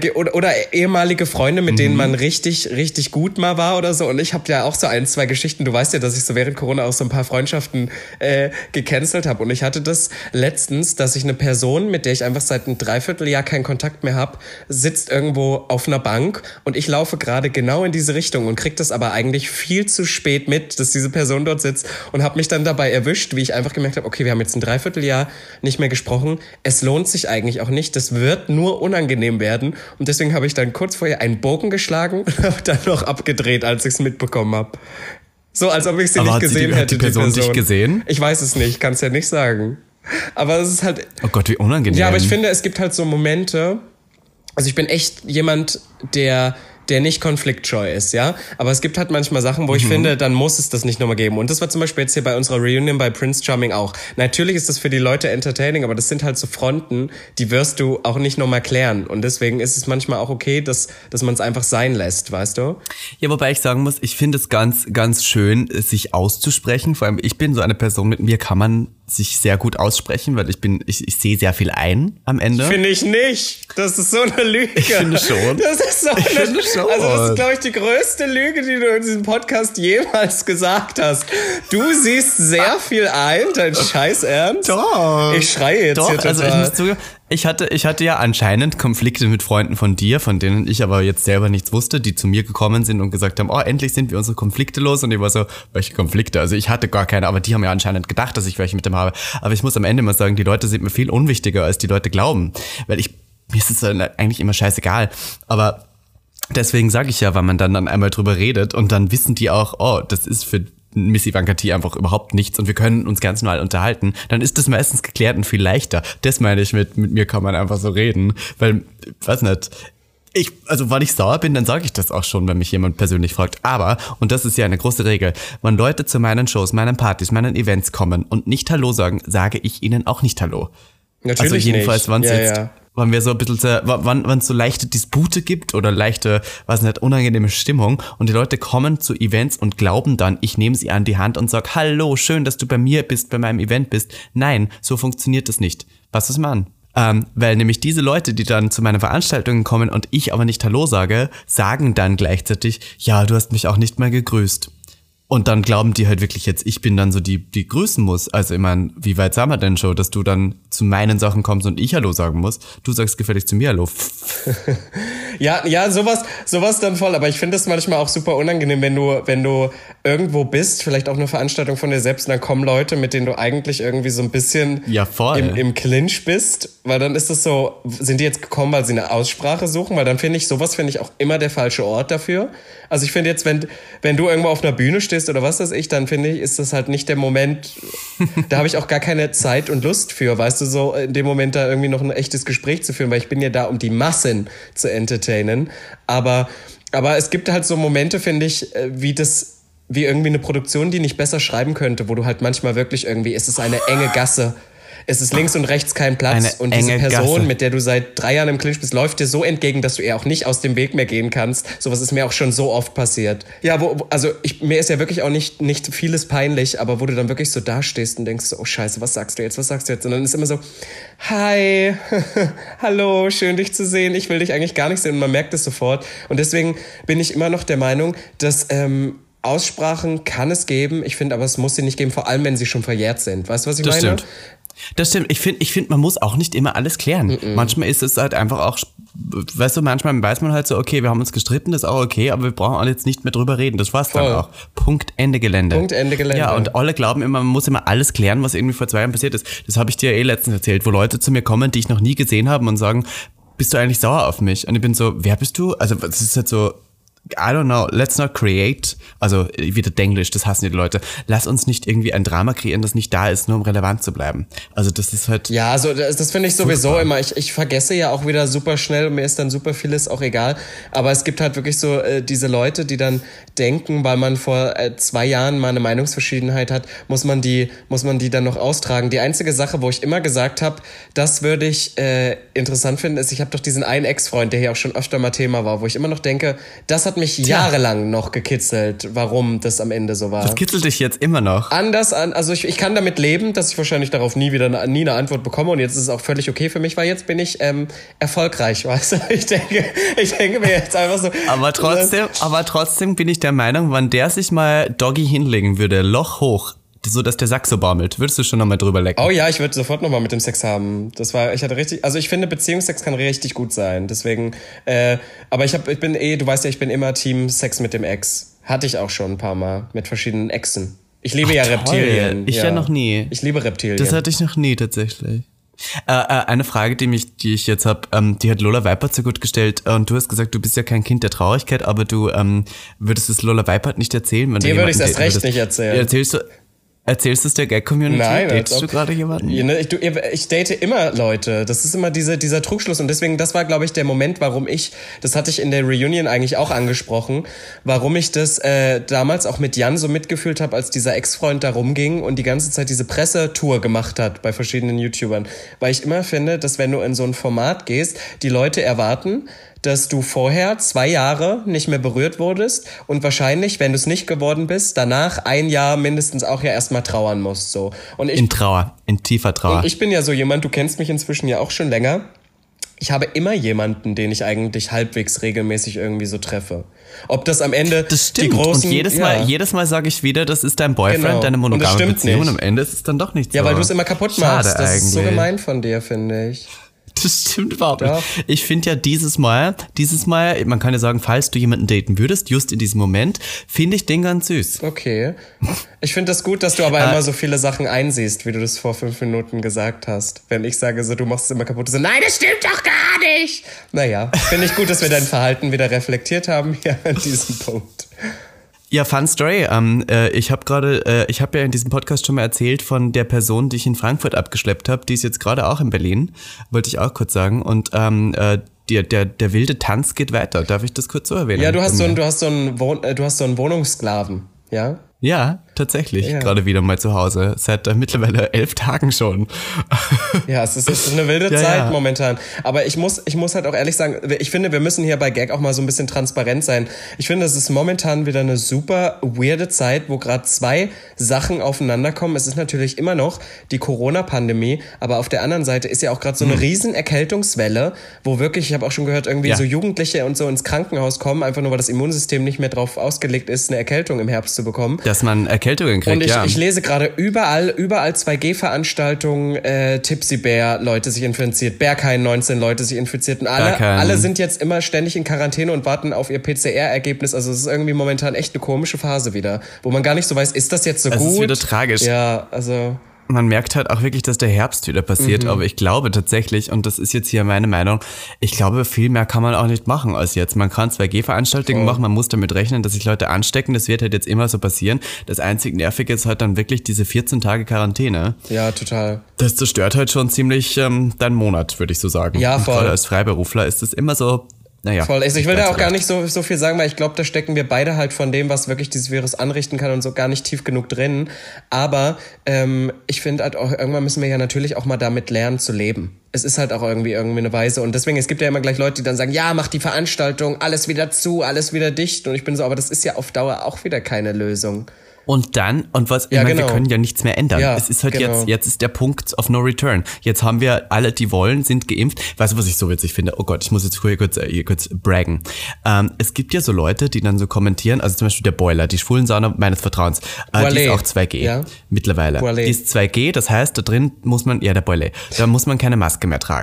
oder ehemalige Freunde, mit denen man richtig, richtig gut mal war oder so. Und ich habe ja auch so 1, 2 Geschichten. Du weißt ja, dass ich so während Corona auch so ein paar Freundschaften gecancelt habe. Und ich hatte das letztens, dass ich eine Person, mit der ich einfach seit einem Dreivierteljahr keinen Kontakt mehr habe, sitzt irgendwo auf einer Bank und ich laufe gerade genau in diese Richtung und krieg das aber eigentlich viel zu spät mit, dass diese Person dort sitzt und habe mich dann dabei erwischt, wie ich einfach gemerkt habe, okay, wir haben jetzt ein Dreivierteljahr nicht mehr gesprochen. Es lohnt sich eigentlich auch nicht. Das wird nur unangenehm werden. Und deswegen habe ich dann kurz vorher einen Bogen geschlagen und habe dann noch abgedreht, als ich es mitbekommen habe. So, als ob ich sie nicht gesehen hätte. Hat die Person dich gesehen? Ich weiß es nicht, kann es ja nicht sagen. Aber es ist halt... Oh Gott, wie unangenehm. Ja, aber ich finde, es gibt halt so Momente... Also ich bin echt jemand, der nicht konfliktscheu ist, ja. Aber es gibt halt manchmal Sachen, wo ich finde, dann muss es das nicht nochmal geben. Und das war zum Beispiel jetzt hier bei unserer Reunion bei Prince Charming auch. Natürlich ist das für die Leute entertaining, aber das sind halt so Fronten, die wirst du auch nicht nochmal klären. Und deswegen ist es manchmal auch okay, dass man es einfach sein lässt, weißt du? Ja, wobei ich sagen muss, ich finde es ganz, ganz schön, sich auszusprechen. Vor allem, ich bin so eine Person, mit mir kann man sich sehr gut aussprechen, weil ich sehe sehr viel ein am Ende. Finde ich nicht. Das ist so eine Lüge. Ich finde schon. Das ist so eine, also das ist, glaube ich, die größte Lüge, die du in diesem Podcast jemals gesagt hast. Du siehst sehr viel ein, dein Scheiß Ernst. Doch. Ich schreie jetzt hier total. Also ich muss zugeben, ich hatte ja anscheinend Konflikte mit Freunden von dir, von denen ich aber jetzt selber nichts wusste, die zu mir gekommen sind und gesagt haben, oh, endlich sind wir unsere Konflikte los. Und ich war so, welche Konflikte? Also ich hatte gar keine, aber die haben ja anscheinend gedacht, dass ich welche mit dem habe. Aber ich muss am Ende mal sagen, die Leute sind mir viel unwichtiger, als die Leute glauben. Weil mir ist es eigentlich immer scheißegal. Aber deswegen sage ich ja, weil man dann einmal drüber redet und dann wissen die auch, oh, das ist für Miss Ivanka T einfach überhaupt nichts und wir können uns ganz normal unterhalten, dann ist das meistens geklärt und viel leichter. Das meine ich mit mir kann man einfach so reden, weil, weiß nicht, also wenn ich sauer bin, dann sage ich das auch schon, wenn mich jemand persönlich fragt. Aber, und das ist ja eine große Regel, wenn Leute zu meinen Shows, meinen Partys, meinen Events kommen und nicht Hallo sagen, sage ich ihnen auch nicht Hallo. Natürlich also jedenfalls, wenn es ja. Wenn wir so ein bisschen, wenn es so leichte Dispute gibt oder leichte, weiß nicht, unangenehme Stimmung und die Leute kommen zu Events und glauben dann, ich nehme sie an die Hand und sag, hallo, schön, dass du bei mir bist, bei meinem Event bist. Nein, so funktioniert das nicht. Was ist man? Weil nämlich diese Leute, die dann zu meinen Veranstaltungen kommen und ich aber nicht Hallo sage, sagen dann gleichzeitig, ja, du hast mich auch nicht mal gegrüßt. Und dann glauben die halt wirklich jetzt, ich bin dann so die grüßen muss. Also ich meine, wie weit sind wir denn schon, dass du dann zu meinen Sachen kommst und ich Hallo sagen muss? Du sagst gefälligst zu mir Hallo. Ja, sowas dann voll. Aber ich finde es manchmal auch super unangenehm, wenn du irgendwo bist, vielleicht auch eine Veranstaltung von dir selbst, und dann kommen Leute, mit denen du eigentlich irgendwie so ein bisschen im Clinch bist. Weil dann ist es so, sind die jetzt gekommen, weil sie eine Aussprache suchen? Weil dann finde ich auch immer der falsche Ort dafür. Also ich finde jetzt, wenn du irgendwo auf einer Bühne stehst oder was weiß ich, dann finde ich, ist das halt nicht der Moment, da habe ich auch gar keine Zeit und Lust für, weißt du, so in dem Moment da irgendwie noch ein echtes Gespräch zu führen, weil ich bin ja da, um die Massen zu entertainen. Aber es gibt halt so Momente, finde ich, wie irgendwie eine Produktion, die nicht besser schreiben könnte, wo du halt manchmal wirklich irgendwie, es ist eine enge Gasse. Es ist links und rechts kein Platz und diese Person, Gasse, mit der du seit 3 Jahren im Clinch bist, läuft dir so entgegen, dass du ihr auch nicht aus dem Weg mehr gehen kannst. Sowas ist mir auch schon so oft passiert. Ja, mir ist ja wirklich auch nicht vieles peinlich, aber wo du dann wirklich so dastehst und denkst so, oh Scheiße, was sagst du jetzt? Und dann ist immer so, hi, hallo, schön dich zu sehen, ich will dich eigentlich gar nicht sehen und man merkt es sofort. Und deswegen bin ich immer noch der Meinung, dass Aussprachen kann es geben, ich finde aber, es muss sie nicht geben, vor allem wenn sie schon verjährt sind. Weißt du, was ich meine? Das stimmt. Ich finde, man muss auch nicht immer alles klären. Manchmal ist es halt einfach auch, weißt du, manchmal weiß man halt so, okay, wir haben uns gestritten, das ist auch okay, aber wir brauchen alle jetzt nicht mehr drüber reden. Das war's dann auch. Punkt, Ende Gelände. Ja, und alle glauben immer, man muss immer alles klären, was irgendwie vor 2 Jahren passiert ist. Das habe ich dir letztens erzählt, wo Leute zu mir kommen, die ich noch nie gesehen habe und sagen, bist du eigentlich sauer auf mich? Und ich bin so, wer bist du? Also, es ist halt so, I don't know, let's not create, also wieder Denglisch, das hassen die Leute, lass uns nicht irgendwie ein Drama kreieren, das nicht da ist, nur um relevant zu bleiben. Also das ist halt... Ja, also das finde ich sowieso immer, ich vergesse ja auch wieder super schnell und mir ist dann super vieles auch egal, aber es gibt halt wirklich so diese Leute, die dann denken, weil man vor 2 Jahren mal eine Meinungsverschiedenheit hat, muss man die dann noch austragen. Die einzige Sache, wo ich immer gesagt habe, das würde ich interessant finden, ist, ich habe doch diesen einen Ex-Freund, der hier auch schon öfter mal Thema war, wo ich immer noch denke, das hat mich jahrelang noch gekitzelt, warum das am Ende so war. Das kitzelt dich jetzt immer noch? Also ich kann damit leben, dass ich wahrscheinlich darauf nie eine Antwort bekomme und jetzt ist es auch völlig okay für mich, weil jetzt bin ich erfolgreich, weißt du? Ich denke mir jetzt einfach so. Aber trotzdem bin ich der Meinung, wenn der sich mal Doggy hinlegen würde, Loch hoch, so dass der Sack so baumelt, würdest du schon nochmal drüber lecken? Oh ja, ich würde sofort nochmal mit dem Sex haben. Ich finde, Beziehungsex kann richtig gut sein. Deswegen, aber du weißt ja, ich bin immer Team Sex mit dem Ex. Hatte ich auch schon ein paar Mal mit verschiedenen Exen. Ich liebe Reptilien. Ich ja noch nie. Ich liebe Reptilien. Das hatte ich noch nie tatsächlich. Eine Frage, die ich jetzt habe, die hat Lola Weipert so gut gestellt und du hast gesagt, du bist ja kein Kind der Traurigkeit, aber du würdest es Lola Weipert nicht erzählen? Dir würde ich es erst recht nicht erzählen. Erzählst du es der Gag-Community? Nein. Datest du gerade jemanden? Ich date immer Leute. Das ist immer dieser Trugschluss. Und deswegen, das war, glaube ich, der Moment, das hatte ich in der Reunion eigentlich auch angesprochen, warum ich das damals auch mit Jan so mitgefühlt habe, als dieser Ex-Freund da rumging und die ganze Zeit diese Pressetour gemacht hat bei verschiedenen YouTubern. Weil ich immer finde, dass wenn du in so ein Format gehst, die Leute erwarten, dass du vorher 2 Jahre nicht mehr berührt wurdest und wahrscheinlich, wenn du es nicht geworden bist, danach 1 Jahr mindestens auch ja erstmal trauern musst. So. Und in tiefer Trauer. Und ich bin ja so jemand, du kennst mich inzwischen ja auch schon länger. Ich habe immer jemanden, den ich eigentlich halbwegs regelmäßig irgendwie so treffe. Ob das am Ende das stimmt. Die großen... Und jedes Mal sage ich wieder, das ist dein Boyfriend, deine monogame Beziehung und am Ende ist es dann doch nicht so. Ja, weil du es immer kaputt machst. Das ist so gemein von dir, finde ich. Das stimmt überhaupt nicht. Ich finde ja dieses Mal, man kann ja sagen, falls du jemanden daten würdest, just in diesem Moment, finde ich den ganz süß. Okay. Ich finde das gut, dass du aber immer so viele Sachen einsiehst, wie du das vor 5 Minuten gesagt hast. Wenn ich sage, so, du machst es immer kaputt, so, nein, das stimmt doch gar nicht. Naja, finde ich gut, dass wir dein Verhalten wieder reflektiert haben hier an diesem Punkt. Ja, fun Story. Ich habe ja in diesem Podcast schon mal erzählt von der Person, die ich in Frankfurt abgeschleppt habe. Die ist jetzt gerade auch in Berlin, wollte ich auch kurz sagen. Und der wilde Tanz geht weiter. Darf ich das kurz so erwähnen? Ja, du hast so einen Wohnungssklaven, ja? Ja, tatsächlich. Ja. Gerade wieder mal zu Hause. Seit mittlerweile 11 Tagen schon. Ja, es ist eine wilde Zeit momentan. Aber ich muss halt auch ehrlich sagen, ich finde, wir müssen hier bei Gag auch mal so ein bisschen transparent sein. Ich finde, es ist momentan wieder eine super weirde Zeit, wo gerade 2 Sachen aufeinander kommen. Es ist natürlich immer noch die Corona-Pandemie, aber auf der anderen Seite ist ja auch gerade so eine riesen Erkältungswelle, wo wirklich, ich habe auch schon gehört, irgendwie so Jugendliche und so ins Krankenhaus kommen, einfach nur, weil das Immunsystem nicht mehr drauf ausgelegt ist, eine Erkältung im Herbst zu bekommen. Dass man Erkältungen kriegt, und ich lese gerade überall 2G-Veranstaltungen, Tipsy Bear, Leute sich infiziert, Berghain 19 Leute sich infiziert und alle sind jetzt immer ständig in Quarantäne und warten auf ihr PCR-Ergebnis. Also es ist irgendwie momentan echt eine komische Phase wieder, wo man gar nicht so weiß, ist das jetzt so gut? Das ist wieder tragisch. Ja, also... Man merkt halt auch wirklich, dass der Herbst wieder passiert, aber ich glaube tatsächlich, und das ist jetzt hier meine Meinung, ich glaube, viel mehr kann man auch nicht machen als jetzt. Man kann 2G-Veranstaltungen machen, man muss damit rechnen, dass sich Leute anstecken, das wird halt jetzt immer so passieren. Das einzig Nervige ist halt dann wirklich diese 14 Tage Quarantäne. Ja, total. Das zerstört halt schon ziemlich deinen Monat, würde ich so sagen. Ja, voll. Gerade als Freiberufler ist es immer so... Naja, voll. Also ich will da auch gar nicht so viel sagen, weil ich glaube, da stecken wir beide halt von dem, was wirklich dieses Virus anrichten kann und so gar nicht tief genug drin. Aber ich finde halt auch, irgendwann müssen wir ja natürlich auch mal damit lernen zu leben. Es ist halt auch irgendwie eine Weise. Und deswegen, es gibt ja immer gleich Leute, die dann sagen, ja, mach die Veranstaltung, alles wieder zu, alles wieder dicht. Und ich bin so, aber das ist ja auf Dauer auch wieder keine Lösung. Und wir können ja nichts mehr ändern. Ja, es ist halt jetzt ist der Punkt of no return. Jetzt haben wir alle, die wollen, sind geimpft. Weißt du, was ich so witzig finde? Oh Gott, ich muss jetzt kurz braggen. Es gibt ja so Leute, die dann so kommentieren, also zum Beispiel der Boiler, die Schwulensauna meines Vertrauens, die ist auch 2G mittlerweile. Die ist 2G, das heißt, da drin muss man, der Boiler, da muss man keine Maske mehr tragen.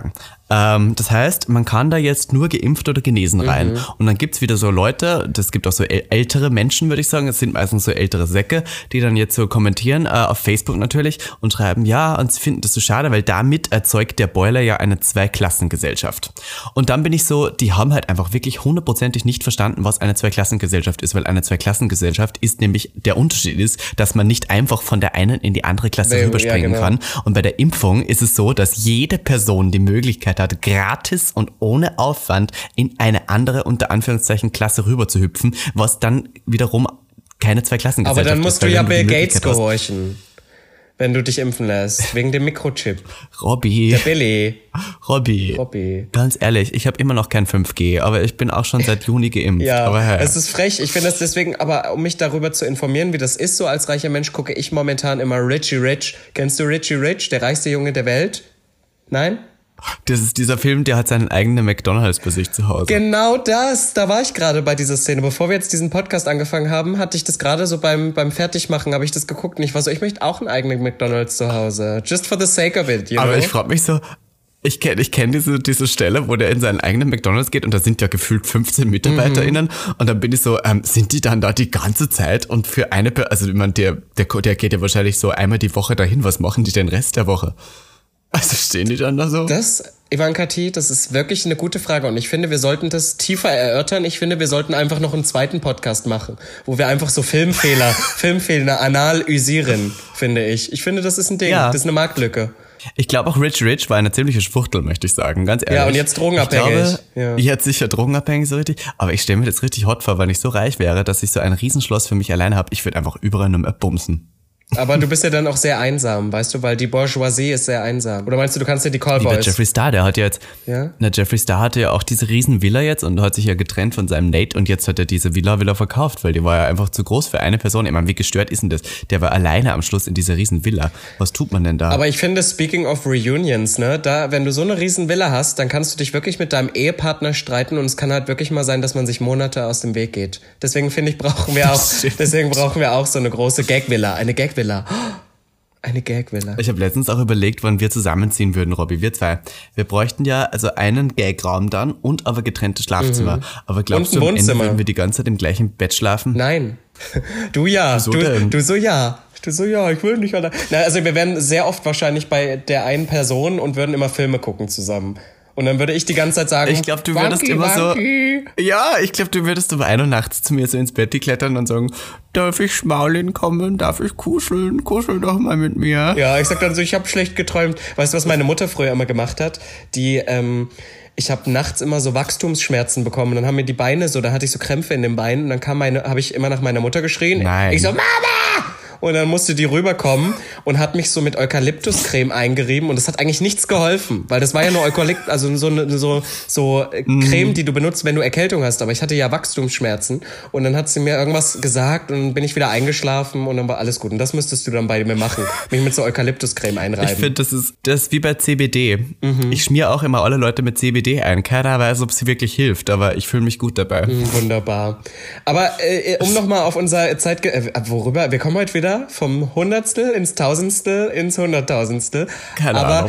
Das heißt, man kann da jetzt nur geimpft oder genesen rein. Und dann gibt's wieder so Leute, das gibt auch so ältere Menschen, würde ich sagen, es sind meistens so ältere Säcke, die dann jetzt so kommentieren, auf Facebook natürlich, und schreiben, ja, und sie finden das so schade, weil damit erzeugt der Boiler ja eine Zweiklassengesellschaft. Und dann bin ich so, die haben halt einfach wirklich hundertprozentig nicht verstanden, was eine Zweiklassengesellschaft ist, weil eine Zweiklassengesellschaft ist nämlich, der Unterschied ist, dass man nicht einfach von der einen in die andere Klasse rüberspringen kann. Und bei der Impfung ist es so, dass jede Person die Möglichkeit hat, gratis und ohne Aufwand in eine andere, unter Anführungszeichen, Klasse rüber zu hüpfen, was dann wiederum keine Zweiklassengesellschaft ist. Aber dann musst du ja Bill Gates gehorchen, wenn du dich impfen lässt, wegen dem Mikrochip. Robby. Der Billy. Robby. Ganz ehrlich, ich habe immer noch kein 5G, aber ich bin auch schon seit Juni geimpft. Ja, aber hey. Es ist frech. Ich finde das deswegen, aber um mich darüber zu informieren, wie das ist, so als reicher Mensch, gucke ich momentan immer Richie Rich. Kennst du Richie Rich, der reichste Junge der Welt? Nein? Das ist dieser Film, der hat seinen eigenen McDonald's bei sich zu Hause. Genau das, da war ich gerade bei dieser Szene. Bevor wir jetzt diesen Podcast angefangen haben, hatte ich das gerade so beim Fertigmachen, habe ich das geguckt und ich war so, ich möchte auch einen eigenen McDonald's zu Hause. Just for the sake of it, you know? Aber ich frage mich so, ich kenn diese Stelle, wo der in seinen eigenen McDonald's geht und da sind ja gefühlt 15 MitarbeiterInnen und dann bin ich so, sind die dann da die ganze Zeit und für eine, also ich meine, der geht ja wahrscheinlich so einmal die Woche dahin, was machen die den Rest der Woche? Also stehen die dann da so? Das, Ivanka T., das ist wirklich eine gute Frage und ich finde, wir sollten das tiefer erörtern. Ich finde, wir sollten einfach noch einen zweiten Podcast machen, wo wir einfach so Filmfehler analysieren, finde ich. Ich finde, das ist ein Ding, das ist eine Marktlücke. Ich glaube auch Rich war eine ziemliche Schwuchtel, möchte ich sagen, ganz ehrlich. Ja, und jetzt drogenabhängig. Ich glaube, jetzt sicher drogenabhängig so richtig, aber ich stelle mir das richtig hot vor, weil ich so reich wäre, dass ich so ein Riesenschloss für mich alleine habe. Ich würde einfach überall nur mehr bumsen. Aber du bist ja dann auch sehr einsam, weißt du, weil die Bourgeoisie ist sehr einsam. Oder meinst du, du kannst ja die Callboys... Wie der Jeffree Star, der hat ja jetzt... Ja? Na, Jeffree Star hatte ja auch diese riesen Villa jetzt und hat sich ja getrennt von seinem Nate und jetzt hat er diese Villa verkauft, weil die war ja einfach zu groß für eine Person. Ich meine, wie gestört ist denn das? Der war alleine am Schluss in dieser riesen Villa. Was tut man denn da? Aber ich finde, speaking of Reunions, ne, da, wenn du so eine riesen Villa hast, dann kannst du dich wirklich mit deinem Ehepartner streiten und es kann halt wirklich mal sein, dass man sich Monate aus dem Weg geht. Deswegen finde ich, brauchen wir auch so eine große Gag-Villa, eine Gag-Villa. Eine Gag-Villa. Ich habe letztens auch überlegt, wann wir zusammenziehen würden, Robby, wir zwei. Wir bräuchten ja also einen Gag-Raum dann und aber getrennte Schlafzimmer. Aber glaubst du, am Ende würden wir die ganze Zeit im gleichen Bett schlafen? Nein. Du ja. Du so ja. Ich will nicht allein. Na, also wir wären sehr oft wahrscheinlich bei der einen Person und würden immer Filme gucken zusammen. Und dann würde ich die ganze Zeit sagen, ich glaube, du würdest immer so, ja, ich glaube, du würdest um 1 Uhr nachts zu mir so ins Bett klettern und sagen, darf ich Schmaulin kommen, darf ich kuscheln, kuschel doch mal mit mir. Ja, ich sag dann so, ich habe schlecht geträumt. Weißt du, was meine Mutter früher immer gemacht hat? Ich habe nachts immer so Wachstumsschmerzen bekommen und dann haben mir die Beine so, da hatte ich so Krämpfe in den Beinen und dann habe ich immer nach meiner Mutter geschrien. Nein. Ich so, Mama! Und dann musste die rüberkommen und hat mich so mit Eukalyptuscreme eingerieben und das hat eigentlich nichts geholfen, weil das war ja nur Eukalyptus, also so Creme, die du benutzt, wenn du Erkältung hast, aber ich hatte ja Wachstumsschmerzen und dann hat sie mir irgendwas gesagt und dann bin ich wieder eingeschlafen und dann war alles gut und das müsstest du dann bei mir machen, mich mit so Eukalyptuscreme einreiben. Ich finde, das ist wie bei CBD. Ich schmier auch immer alle Leute mit CBD ein, keiner weiß, ob sie wirklich hilft, aber ich fühle mich gut dabei. Wunderbar. Aber um nochmal auf unser worüber, wir kommen heute wieder vom Hundertstel ins Tausendstel ins Hunderttausendstel. Keine Ahnung.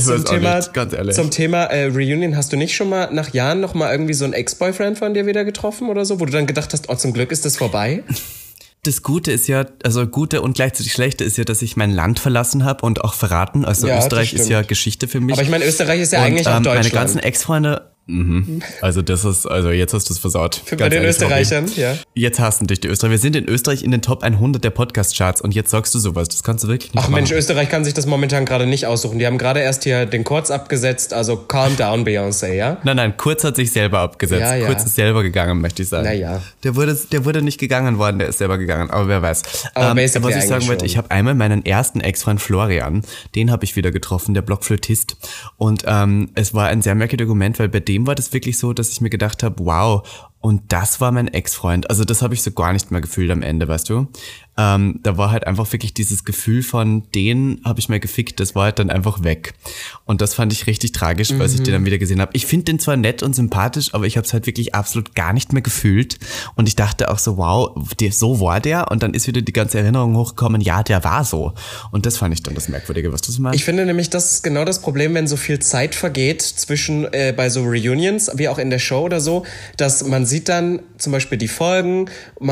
Zum Thema Reunion, hast du nicht schon mal nach Jahren noch mal irgendwie so einen Ex-Boyfriend von dir wieder getroffen oder so, wo du dann gedacht hast, oh, zum Glück ist das vorbei? Das Gute ist ja, also Gute und gleichzeitig Schlechte ist ja, dass ich mein Land verlassen habe und auch verraten. Also ja, Österreich ist ja Geschichte für mich. Aber ich meine, Österreich ist ja eigentlich auch Deutschland. Meine ganzen Ex-Freunde... Also jetzt hast du es versaut. Bei den Österreichern, ja. Jetzt hassen dich die Österreicher. Wir sind in Österreich in den Top 100 der Podcast-Charts und jetzt sagst du sowas. Das kannst du wirklich nicht machen. Ach Mensch, Österreich kann sich das momentan gerade nicht aussuchen. Die haben gerade erst hier den Kurz abgesetzt, also calm down, Beyoncé, ja? Nein, Kurz hat sich selber abgesetzt. Ja. Kurz ist selber gegangen, möchte ich sagen. Naja. Der wurde nicht gegangen worden, der ist selber gegangen, aber wer weiß. Aber was ich sagen wollte, ich habe einmal meinen ersten Ex-Freund Florian, den habe ich wieder getroffen, der Blockflötist. Und es war ein sehr merkwürdiger Moment, weil bei dem war das wirklich so, dass ich mir gedacht habe, wow, und das war mein Ex-Freund. Also das habe ich so gar nicht mehr gefühlt am Ende, weißt du. da war halt einfach wirklich dieses Gefühl von, den habe ich mal gefickt, das war halt dann einfach weg. Und das fand ich richtig tragisch, als ich den dann wieder gesehen habe. Ich finde den zwar nett und sympathisch, aber ich habe es halt wirklich absolut gar nicht mehr gefühlt. Und ich dachte auch so, wow, so war der. Und dann ist wieder die ganze Erinnerung hochgekommen, ja, der war so. Und das fand ich dann das Merkwürdige, was du meinst. Ich finde nämlich, das ist genau das Problem, wenn so viel Zeit vergeht zwischen bei so Reunions, wie auch in der Show oder so, dass man sieht dann zum Beispiel die Folgen,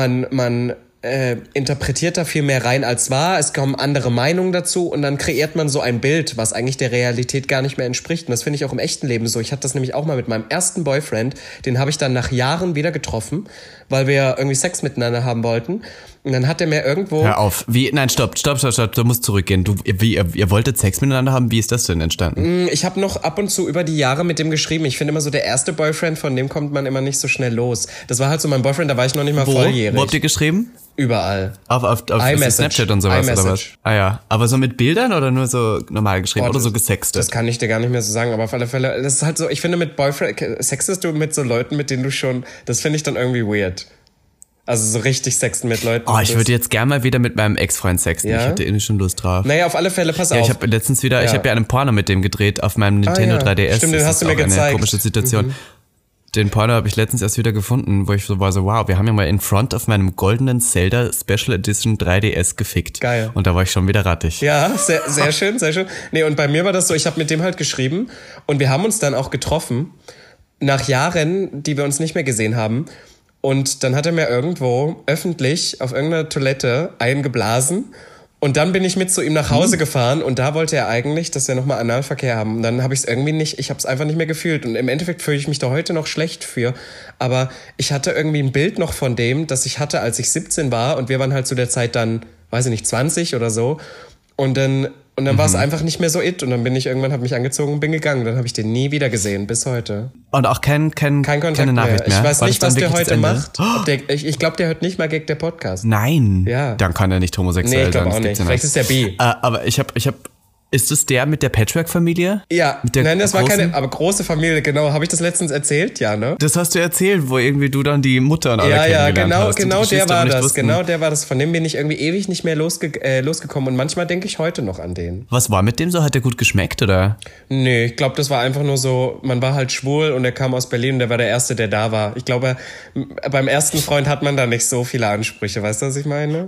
man interpretiert da viel mehr rein als wahr, es kommen andere Meinungen dazu und dann kreiert man so ein Bild, was eigentlich der Realität gar nicht mehr entspricht. Und das finde ich auch im echten Leben so. Ich hatte das nämlich auch mal mit meinem ersten Boyfriend, den habe ich dann nach Jahren wieder getroffen, weil wir irgendwie Sex miteinander haben wollten. Und dann hat er mir irgendwo... Hör auf. Nein, stopp, du musst zurückgehen. Ihr wolltet Sex miteinander haben, wie ist das denn entstanden? Ich habe noch ab und zu über die Jahre mit dem geschrieben. Ich finde immer so, der erste Boyfriend, von dem kommt man immer nicht so schnell los. Das war halt so mein Boyfriend, da war ich noch nicht mal volljährig. Wo habt ihr geschrieben? Überall. Auf Snapchat und sowas oder was? Ah ja. Aber so mit Bildern oder nur so normal geschrieben oder so gesextet? Das kann ich dir gar nicht mehr so sagen, aber auf alle Fälle, das ist halt so, ich finde mit Boyfriend, sextest du mit so Leuten, mit denen du schon, das finde ich dann irgendwie weird. Also so richtig sexen mit Leuten. Oh, ich würde jetzt gerne mal wieder mit meinem Ex-Freund sexten. Ja? Ich hätte irgendwie schon Lust drauf. Naja, auf alle Fälle, pass auf. Ich habe letztens wieder, ich habe ja einen Porno mit dem gedreht auf meinem Nintendo 3DS. Stimmt, den hast du mir gezeigt. Eine komische Situation. Den Porno habe ich letztens erst wieder gefunden, wo ich so war, so wow, wir haben ja mal in front of meinem goldenen Zelda Special Edition 3DS gefickt. Geil. Und da war ich schon wieder rattig. Ja, sehr schön, sehr schön. Nee, und bei mir war das so, ich habe mit dem halt geschrieben und wir haben uns dann auch getroffen, nach Jahren, die wir uns nicht mehr gesehen haben. Und dann hat er mir irgendwo öffentlich auf irgendeiner Toilette eingeblasen. Und dann bin ich mit zu ihm nach Hause gefahren und da wollte er eigentlich, dass wir nochmal Analverkehr haben. Und dann habe ich es irgendwie nicht, ich habe es einfach nicht mehr gefühlt. Und im Endeffekt fühle ich mich da heute noch schlecht für. Aber ich hatte irgendwie ein Bild noch von dem, das ich hatte, als ich 17 war. Und wir waren halt zu der Zeit dann, weiß ich nicht, 20 oder so. Und dann war es einfach nicht mehr so it. Und dann bin ich irgendwann, habe mich angezogen und bin gegangen. Dann habe ich den nie wieder gesehen, bis heute. Und auch keine Nachricht mehr? Ich weiß nicht, was der heute macht. Ich glaube, der hört nicht mal Gag der Podcast. Nein. Ja. Dann kann er nicht homosexuell sein. Nee, ich glaube auch nicht. Vielleicht ist der bi. Aber ich hab ist das der mit der Patchwork-Familie? Ja, nein, das war keine, aber große Familie, genau. Habe ich das letztens erzählt? Ja, ne? Das hast du erzählt, wo irgendwie du dann die Mutter und alle kennengelernt hast. Ja, genau der war das. Von dem bin ich irgendwie ewig nicht mehr losgekommen und manchmal denke ich heute noch an den. Was war mit dem so? Hat der gut geschmeckt, oder? Nee, ich glaube, das war einfach nur so, man war halt schwul und er kam aus Berlin und der war der Erste, der da war. Ich glaube, beim ersten Freund hat man da nicht so viele Ansprüche, weißt du, was ich meine?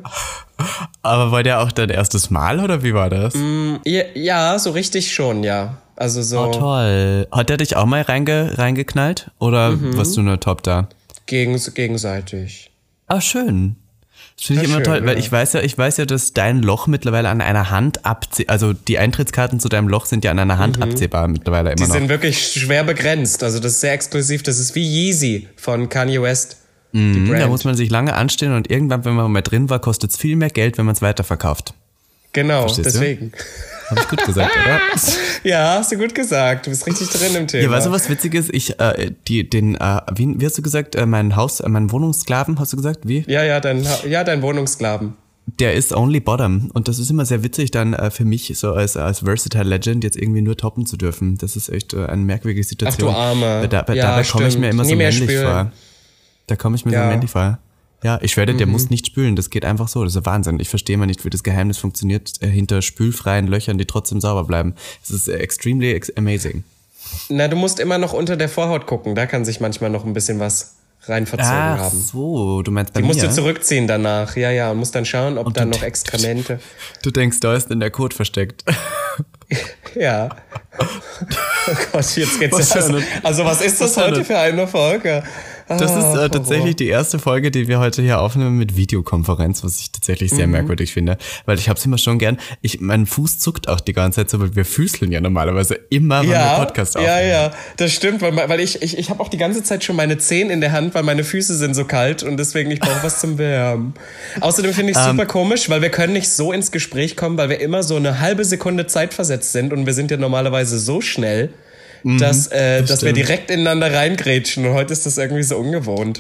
Aber war der auch dein erstes Mal, oder wie war das? Ja, so richtig schon, ja. Also so. Oh, toll. Hat der dich auch mal reingeknallt? Oder warst du nur top da? Gegenseitig. Ah, schön. Das finde ich immer toll, weil ich weiß ja, dass dein Loch mittlerweile an einer Hand also die Eintrittskarten zu deinem Loch sind ja an einer Hand absehbar mittlerweile immer noch. Die sind wirklich schwer begrenzt, also das ist sehr exklusiv, das ist wie Yeezy von Kanye West. Da muss man sich lange anstellen und irgendwann, wenn man mal drin war, kostet es viel mehr Geld, wenn man es weiterverkauft. Genau, verstehst deswegen. Habe ich gut gesagt, oder? Ja, hast du gut gesagt. Du bist richtig drin im Thema. Ja, weißt du, was Witziges? Wie hast du gesagt? Mein Wohnungssklaven, hast du gesagt? Wie? Ja, dein Wohnungssklaven. Der ist only bottom. Und das ist immer sehr witzig, dann für mich so als Versatile Legend jetzt irgendwie nur toppen zu dürfen. Das ist echt eine merkwürdige Situation. Ach du Arme. Dabei komme ich mir immer so männlich vor. Da komme ich mir so männlich vor. Ja, ich schwöre, der muss nicht spülen, das geht einfach so, das ist Wahnsinn. Ich verstehe mal nicht, wie das Geheimnis funktioniert, hinter spülfreien Löchern, die trotzdem sauber bleiben. Das ist extremely amazing. Na, du musst immer noch unter der Vorhaut gucken, da kann sich manchmal noch ein bisschen was rein verzogen haben. Ach so, du meinst bei mir? Die musst du zurückziehen danach, ja, und musst dann schauen, ob da noch Exkremente... Du denkst, da ist denn der Code versteckt. Ja. Oh Gott, jetzt geht's ja. Also was ist das heute für eine Folge? Das ist tatsächlich die erste Folge, die wir heute hier aufnehmen mit Videokonferenz, was ich tatsächlich sehr merkwürdig finde, weil ich hab's immer schon gern. Mein Fuß zuckt auch die ganze Zeit so, weil wir füßeln ja normalerweise immer, wenn wir Podcast aufnehmen. Ja, das stimmt, weil ich habe auch die ganze Zeit schon meine Zehen in der Hand, weil meine Füße sind so kalt und deswegen ich brauche was zum Wärmen. Außerdem finde ich es super komisch, weil wir können nicht so ins Gespräch kommen, weil wir immer so eine halbe Sekunde zeitversetzt sind und wir sind ja normalerweise so schnell, dass wir direkt ineinander reingrätschen und heute ist das irgendwie so ungewohnt.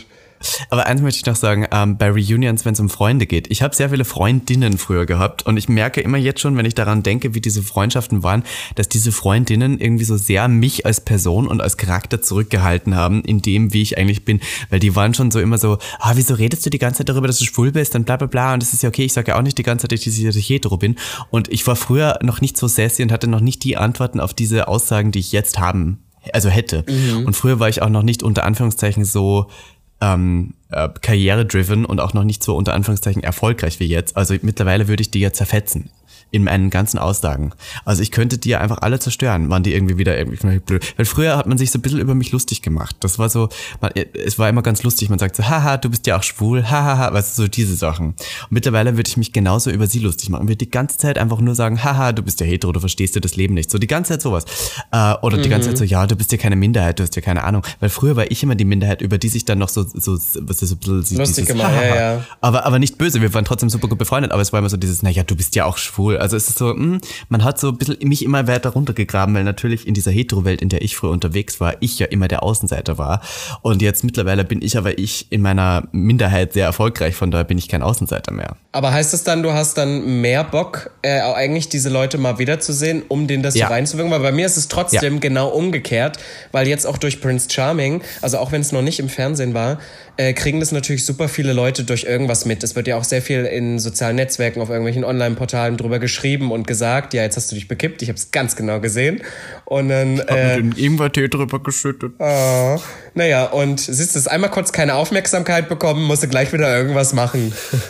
Aber eins möchte ich noch sagen, bei Reunions, wenn es um Freunde geht. Ich habe sehr viele Freundinnen früher gehabt und ich merke immer jetzt schon, wenn ich daran denke, wie diese Freundschaften waren, dass diese Freundinnen irgendwie so sehr mich als Person und als Charakter zurückgehalten haben, in dem, wie ich eigentlich bin. Weil die waren schon so immer so, wieso redest du die ganze Zeit darüber, dass du schwul bist und bla bla bla und das ist ja okay, ich sage ja auch nicht die ganze Zeit, dass ich hetero bin. Und ich war früher noch nicht so sassy und hatte noch nicht die Antworten auf diese Aussagen, die ich jetzt hätte. Und früher war ich auch noch nicht unter Anführungszeichen so karriere-driven und auch noch nicht so unter Anführungszeichen erfolgreich wie jetzt. Also mittlerweile würde ich die ja zerfetzen in meinen ganzen Aussagen. Also ich könnte die ja einfach alle zerstören, waren die irgendwie wieder irgendwie blöd. Weil früher hat man sich so ein bisschen über mich lustig gemacht. Das war so, es war immer ganz lustig. Man sagt so, haha, du bist ja auch schwul, haha, weißt du, so diese Sachen. Und mittlerweile würde ich mich genauso über sie lustig machen. Ich würde die ganze Zeit einfach nur sagen, haha, du bist ja hetero, du verstehst ja das Leben nicht. So die ganze Zeit sowas. Oder die ganze Zeit so, ja, du bist ja keine Minderheit, du hast ja keine Ahnung. Weil früher war ich immer die Minderheit, über die sich dann noch so lustig gemacht, ja. Aber nicht böse, wir waren trotzdem super gut befreundet, aber es war immer so dieses, naja, du bist ja auch schwul. Also es ist so, man hat so ein bisschen mich immer weiter runtergegraben, weil natürlich in dieser Hetero-Welt, in der ich früher unterwegs war, ich ja immer der Außenseiter war. Und jetzt mittlerweile bin ich in meiner Minderheit sehr erfolgreich, von daher bin ich kein Außenseiter mehr. Aber heißt das dann, du hast dann mehr Bock, eigentlich diese Leute mal wiederzusehen, um denen das so reinzuwirken? Weil bei mir ist es trotzdem genau umgekehrt, weil jetzt auch durch Prince Charming, also auch wenn es noch nicht im Fernsehen war, kriegen das natürlich super viele Leute durch irgendwas mit. Es wird ja auch sehr viel in sozialen Netzwerken, auf irgendwelchen Online-Portalen drüber geschrieben und gesagt, ja, jetzt hast du dich bekippt, ich habe es ganz genau gesehen. Und dann ich habe den Ingwertee drüber geschüttet. Naja, und siehst du, einmal kurz keine Aufmerksamkeit bekommen, musste gleich wieder irgendwas machen.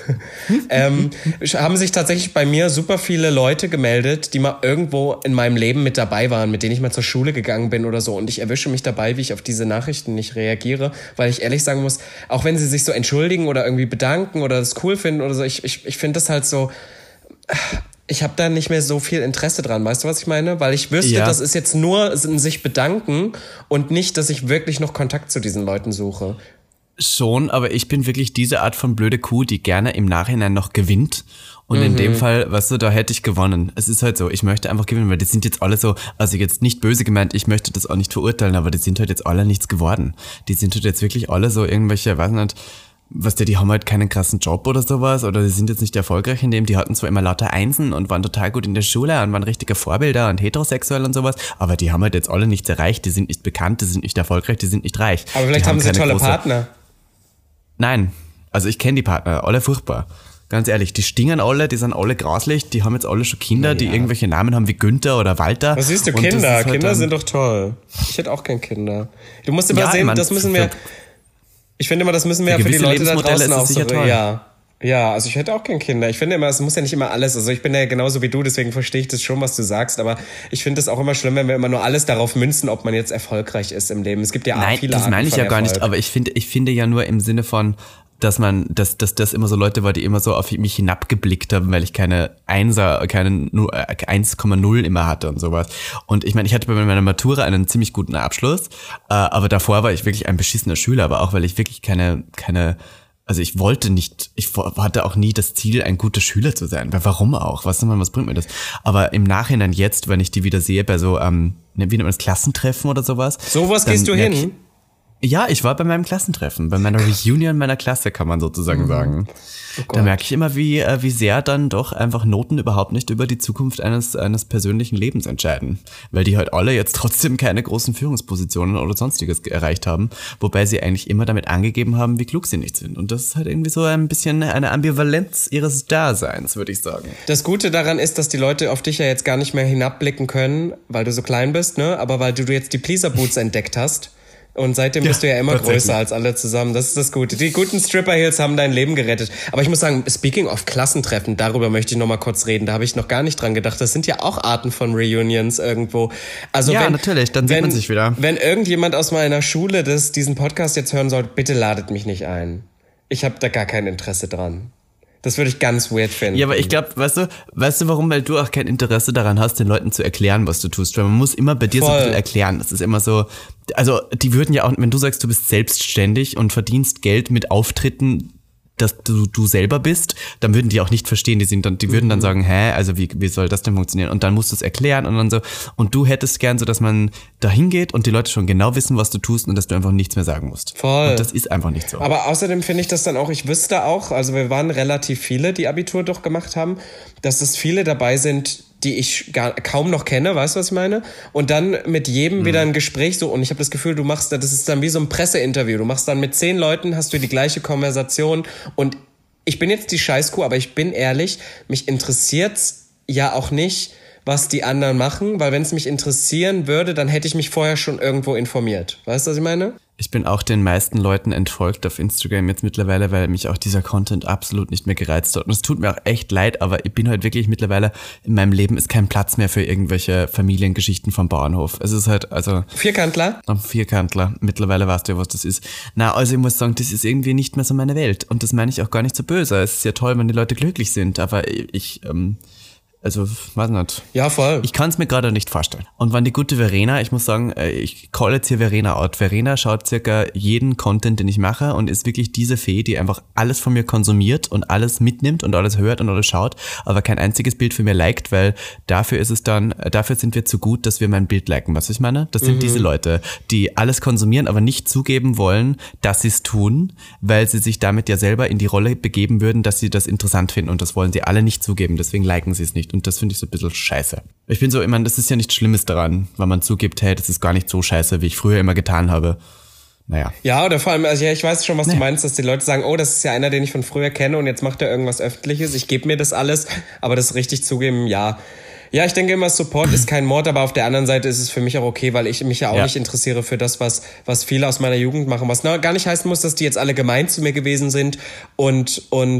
Haben sich tatsächlich bei mir super viele Leute gemeldet, die mal irgendwo in meinem Leben mit dabei waren, mit denen ich mal zur Schule gegangen bin oder so. Und ich erwische mich dabei, wie ich auf diese Nachrichten nicht reagiere, weil ich ehrlich sagen muss, auch wenn sie sich so entschuldigen oder irgendwie bedanken oder das cool finden oder so, ich finde das halt so, ich habe da nicht mehr so viel Interesse dran, weißt du, was ich meine? Weil ich wüsste, das ist jetzt nur ein sich bedanken und nicht, dass ich wirklich noch Kontakt zu diesen Leuten suche. Schon, aber ich bin wirklich diese Art von blöde Kuh, die gerne im Nachhinein noch gewinnt. Und in dem Fall, weißt du, da hätte ich gewonnen. Es ist halt so, ich möchte einfach gewinnen, weil die sind jetzt alle so, also jetzt nicht böse gemeint, ich möchte das auch nicht verurteilen, aber die sind halt jetzt alle nichts geworden. Die sind halt jetzt wirklich alle so irgendwelche, weiß nicht, die haben halt keinen krassen Job oder sowas oder die sind jetzt nicht erfolgreich in dem, die hatten zwar immer lauter Einsen und waren total gut in der Schule und waren richtige Vorbilder und heterosexuell und sowas, aber die haben halt jetzt alle nichts erreicht, die sind nicht bekannt, die sind nicht erfolgreich, die sind nicht reich. Aber vielleicht haben sie tolle Partner. Nein, also ich kenne die Partner, alle furchtbar. Ganz ehrlich, die stingen alle, die sind alle grauslich, die haben jetzt alle schon Kinder, die irgendwelche Namen haben wie Günther oder Walter. Was siehst du, Kinder? Halt Kinder sind doch toll. Ich hätte auch kein Kinder. Du musst immer sehen, das müssen wir... Ich finde immer, das müssen wir ja für die Leute da draußen auch so... Ja, also ich hätte auch kein Kinder. Ich finde immer, es muss ja nicht immer alles... Also ich bin ja genauso wie du, deswegen verstehe ich das schon, was du sagst. Aber ich finde es auch immer schlimm, wenn wir immer nur alles darauf münzen, ob man jetzt erfolgreich ist im Leben. Es gibt ja auch viele Arten von Erfolg. Nein, das meine ich ja gar nicht. Aber ich finde ja nur im Sinne von... dass das immer so Leute war, die immer so auf mich hinabgeblickt haben, weil ich keine 1,0 immer hatte und sowas. Und ich meine, ich hatte bei meiner Matura einen ziemlich guten Abschluss, aber davor war ich wirklich ein beschissener Schüler, aber auch weil ich wirklich also ich hatte auch nie das Ziel, ein guter Schüler zu sein. Weil warum auch? Was bringt mir das? Aber im Nachhinein jetzt, wenn ich die wieder sehe bei so, wie nennt man das, Klassentreffen oder sowas. Sowas gehst du hin? Ja, ich war bei meinem Klassentreffen, bei meiner Reunion meiner Klasse, kann man sozusagen sagen. Oh da merke ich immer, wie sehr dann doch einfach Noten überhaupt nicht über die Zukunft eines persönlichen Lebens entscheiden. Weil die halt alle jetzt trotzdem keine großen Führungspositionen oder sonstiges erreicht haben, wobei sie eigentlich immer damit angegeben haben, wie klug sie nicht sind. Und das ist halt irgendwie so ein bisschen eine Ambivalenz ihres Daseins, würde ich sagen. Das Gute daran ist, dass die Leute auf dich ja jetzt gar nicht mehr hinabblicken können, weil du so klein bist, ne? Aber weil du jetzt die Pleaser-Boots entdeckt hast. Und seitdem bist du ja immer größer als alle zusammen. Das ist das Gute. Die guten Stripper-Heels haben dein Leben gerettet. Aber ich muss sagen, speaking of Klassentreffen, darüber möchte ich noch mal kurz reden. Da habe ich noch gar nicht dran gedacht. Das sind ja auch Arten von Reunions irgendwo. Also ja, natürlich, dann sieht man sich wieder. Wenn irgendjemand aus meiner Schule diesen Podcast jetzt hören soll, bitte ladet mich nicht ein. Ich habe da gar kein Interesse dran. Das würde ich ganz weird finden. Ja, aber ich glaube, weißt du warum? Weil du auch kein Interesse daran hast, den Leuten zu erklären, was du tust. Weil man muss immer bei dir so ein bisschen erklären. Das ist immer so, also die würden ja auch, wenn du sagst, du bist selbstständig und verdienst Geld mit Auftritten, dass du selber bist, dann würden die auch nicht verstehen. Die würden dann sagen, also wie soll das denn funktionieren? Und dann musst du es erklären und dann so. Und du hättest gern so, dass man da hingeht und die Leute schon genau wissen, was du tust und dass du einfach nichts mehr sagen musst. Voll. Und das ist einfach nicht so. Aber außerdem finde ich das dann auch, ich wüsste auch, also wir waren relativ viele, die Abitur doch gemacht haben, dass es viele dabei sind, die ich kaum noch kenne, weißt du, was ich meine? Und dann mit jedem wieder ein Gespräch so, und ich habe das Gefühl, das ist dann wie so ein Presseinterview. Du machst dann mit 10 Leuten, hast du die gleiche Konversation und ich bin jetzt die Scheißkuh, aber ich bin ehrlich, mich interessiert's ja auch nicht, was die anderen machen, weil wenn es mich interessieren würde, dann hätte ich mich vorher schon irgendwo informiert. Weißt du, was ich meine? Ich bin auch den meisten Leuten entfolgt auf Instagram jetzt mittlerweile, weil mich auch dieser Content absolut nicht mehr gereizt hat. Und es tut mir auch echt leid, aber ich bin halt wirklich mittlerweile, in meinem Leben ist kein Platz mehr für irgendwelche Familiengeschichten vom Bauernhof. Es ist halt, also... Vierkantler? Vierkantler. Mittlerweile weißt du ja, was das ist. Na, also ich muss sagen, das ist irgendwie nicht mehr so meine Welt. Und das meine ich auch gar nicht so böse. Es ist ja toll, wenn die Leute glücklich sind, aber also, weiß nicht. Ja, voll. Ich kann es mir gerade nicht vorstellen. Und wann die gute Verena, ich muss sagen, ich call jetzt hier Verena out. Verena schaut circa jeden Content, den ich mache und ist wirklich diese Fee, die einfach alles von mir konsumiert und alles mitnimmt und alles hört und alles schaut, aber kein einziges Bild für mir liked, weil dafür sind wir zu gut, dass wir mein Bild liken. Was ich meine? Das sind diese Leute, die alles konsumieren, aber nicht zugeben wollen, dass sie es tun, weil sie sich damit ja selber in die Rolle begeben würden, dass sie das interessant finden und das wollen sie alle nicht zugeben, deswegen liken sie es nicht. Und das finde ich so ein bisschen scheiße. Ich bin so, ich meine, das ist ja nichts Schlimmes daran, wenn man zugibt, hey, das ist gar nicht so scheiße, wie ich früher immer getan habe. Naja. Ja, oder vor allem, also ja, ich weiß schon, was du meinst, dass die Leute sagen, oh, das ist ja einer, den ich von früher kenne und jetzt macht er irgendwas Öffentliches, ich gebe mir das alles, aber das richtig zugeben, ja. Ja, ich denke immer, Support ist kein Mord, aber auf der anderen Seite ist es für mich auch okay, weil ich mich ja auch nicht interessiere für das, was viele aus meiner Jugend machen, was gar nicht heißen muss, dass die jetzt alle gemein zu mir gewesen sind und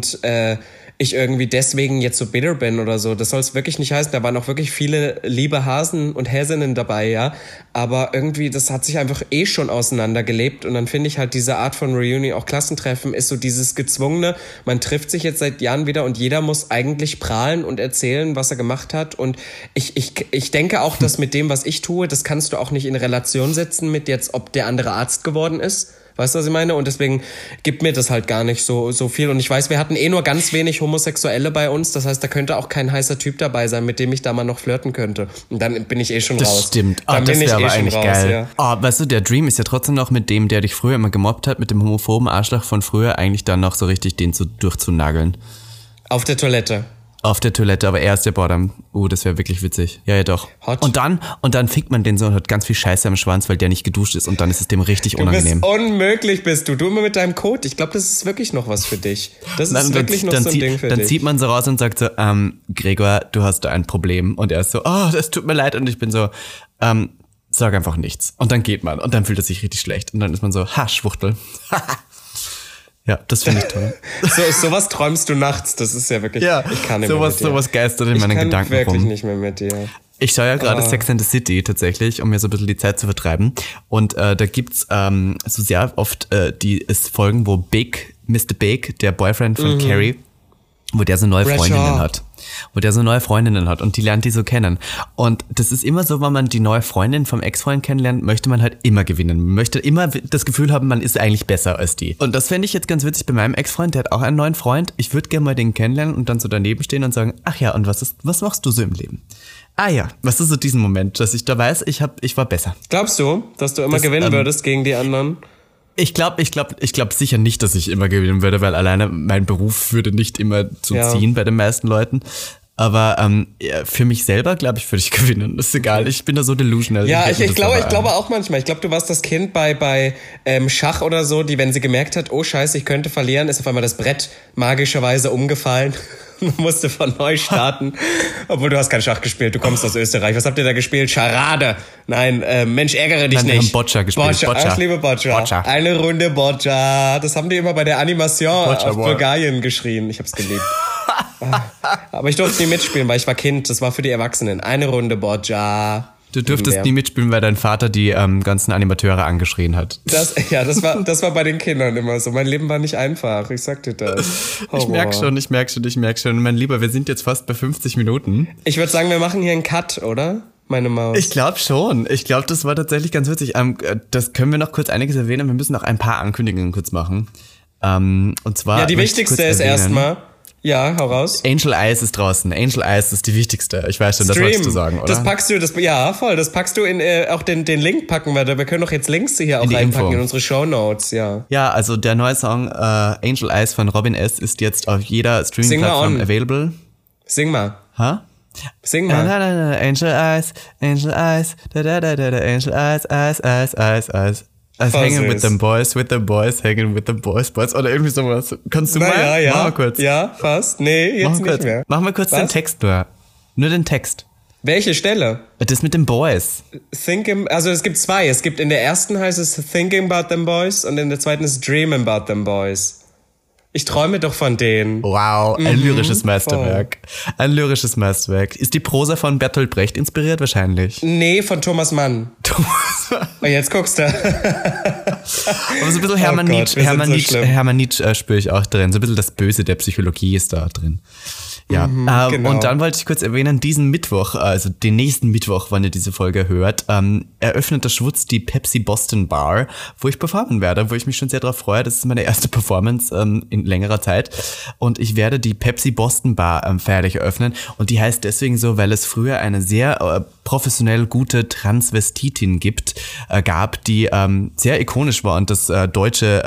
ich irgendwie deswegen jetzt so bitter bin oder so. Das soll es wirklich nicht heißen. Da waren auch wirklich viele liebe Hasen und Häsinnen dabei, ja. Aber irgendwie, das hat sich einfach schon auseinandergelebt. Und dann finde ich halt diese Art von Reunion, auch Klassentreffen, ist so dieses Gezwungene. Man trifft sich jetzt seit Jahren wieder und jeder muss eigentlich prahlen und erzählen, was er gemacht hat. Und ich denke auch, dass mit dem, was ich tue, das kannst du auch nicht in Relation setzen mit jetzt, ob der andere Arzt geworden ist. Weißt du, was ich meine? Und deswegen gibt mir das halt gar nicht so viel. Und ich weiß, wir hatten nur ganz wenig Homosexuelle bei uns. Das heißt, da könnte auch kein heißer Typ dabei sein, mit dem ich da mal noch flirten könnte. Und dann bin ich schon raus. Das stimmt. Dann das wäre aber eigentlich raus, geil. Ja. Weißt du, der Dream ist ja trotzdem noch mit dem, der dich früher immer gemobbt hat, mit dem homophoben Arschloch von früher, eigentlich dann noch so richtig den durchzunageln. Auf der Toilette. Auf der Toilette, aber er ist der Bottom. Das wäre wirklich witzig. Ja, doch. Hot. Und dann fickt man den so und hat ganz viel Scheiße am Schwanz, weil der nicht geduscht ist und dann ist es dem richtig unangenehm. Unmöglich bist du. Du immer mit deinem Code. Ich glaube, das ist wirklich noch was für dich. Das ist wirklich noch so ein Ding für dich. Dann zieht man so raus und sagt so, Gregor, du hast da ein Problem. Und er ist so, das tut mir leid. Und ich bin so, sag einfach nichts. Und dann geht man. Und dann fühlt er sich richtig schlecht. Und dann ist man so, Schwuchtel. Ja, das finde ich toll. Sowas träumst du nachts, das ist ja wirklich, ich kann nicht mehr mit dir. Sowas geistert in meinen Gedanken rum. Ich kann wirklich nicht mehr mit dir. Ich schaue ja gerade Sex and the City tatsächlich, um mir so ein bisschen die Zeit zu vertreiben. Und da gibt's so sehr oft die Folgen, wo Mr. Big, der Boyfriend von Carrie, wo der so neue Freundinnen hat. Und die lernt die so kennen. Und das ist immer so, wenn man die neue Freundin vom Ex-Freund kennenlernt, möchte man halt immer gewinnen. Man möchte immer das Gefühl haben, man ist eigentlich besser als die. Und das fände ich jetzt ganz witzig bei meinem Ex-Freund, der hat auch einen neuen Freund. Ich würde gerne mal den kennenlernen und dann so daneben stehen und sagen, ach ja, und was machst du so im Leben? Ah ja, was ist so diesen Moment, dass ich da weiß, ich war besser. Glaubst du, dass du immer gewinnen würdest gegen die anderen? Ich glaube sicher nicht, dass ich immer gewinnen würde, weil alleine mein Beruf würde nicht immer zu ziehen bei den meisten Leuten. Aber für mich selber, glaube ich, würde ich gewinnen. Das ist egal, ich bin da so delusional. Ja, ich glaube auch manchmal. Ich glaube, du warst das Kind bei Schach oder so, die, wenn sie gemerkt hat, oh scheiße, ich könnte verlieren, ist auf einmal das Brett magischerweise umgefallen. Man musste von neu starten. Obwohl, du hast kein Schach gespielt, du kommst aus Österreich. Was habt ihr da gespielt? Charade. Nein, Mensch, ärgere dich nicht. Wir haben Boccia gespielt. Ich liebe Boccia. Eine Runde Boccia. Das haben die immer bei der Animation auf Bulgarien geschrien. Ich hab's geliebt. Aber ich durfte nie mitspielen, weil ich war Kind. Das war für die Erwachsenen. Eine Runde Boccia. Du dürftest nie mitspielen, weil dein Vater die ganzen Animateure angeschrien hat. Das war bei den Kindern immer so. Mein Leben war nicht einfach, ich sag dir das. Ich merk schon. Mein Lieber, wir sind jetzt fast bei 50 Minuten. Ich würde sagen, wir machen hier einen Cut, oder? Meine Maus. Ich glaube schon. Ich glaube, das war tatsächlich ganz witzig. Das können wir noch kurz einiges erwähnen. Wir müssen noch ein paar Ankündigungen kurz machen. Und zwar. Ja, die wichtigste ist erstmal. Ja, hau raus. Angel Eyes ist draußen. Angel Eyes ist die wichtigste. Ich weiß schon, das wolltest du sagen, oder? Das packst du, ja, voll. Das packst du in, auch den Link packen wir. Wir können doch jetzt Links hier auch reinpacken in unsere Shownotes, ja. Ja, also der neue Song Angel Eyes von Robin S. ist jetzt auf jeder Streaming-Plattform available. Sing mal. Ha? Sing mal. Angel Eyes, Angel Eyes, Angel Eyes, Eyes. Hanging with them boys, hanging with the boys. Oder irgendwie sowas. Kannst du mal? Ja. Mach mal kurz. Ja, fast. Nee, jetzt nicht mehr. Mach mal kurz den Text nur. Nur den Text. Welche Stelle? Das mit den Boys. Also es gibt zwei. Es gibt in der ersten heißt es Thinking about them boys und in der zweiten ist Dreaming about them boys. Ich träume doch von denen. Wow, ein lyrisches Meisterwerk. Voll. Ein lyrisches Meisterwerk. Ist die Prosa von Bertolt Brecht inspiriert wahrscheinlich? Nee, von Thomas Mann. Oh, jetzt guckst du. Aber so ein bisschen Hermann Nietzsche spüre ich auch drin. So ein bisschen das Böse der Psychologie ist da drin. Ja, genau. Und dann wollte ich kurz erwähnen, diesen Mittwoch, also den nächsten Mittwoch, wann ihr diese Folge hört, eröffnet der Schwutz die Pepsi Boston Bar, wo ich performen werde, wo ich mich schon sehr darauf freue. Das ist meine erste Performance in längerer Zeit. Und ich werde die Pepsi Boston Bar feierlich eröffnen. Und die heißt deswegen so, weil es früher eine sehr professionell gute Transvestitin gab, die sehr ikonisch war und das deutsche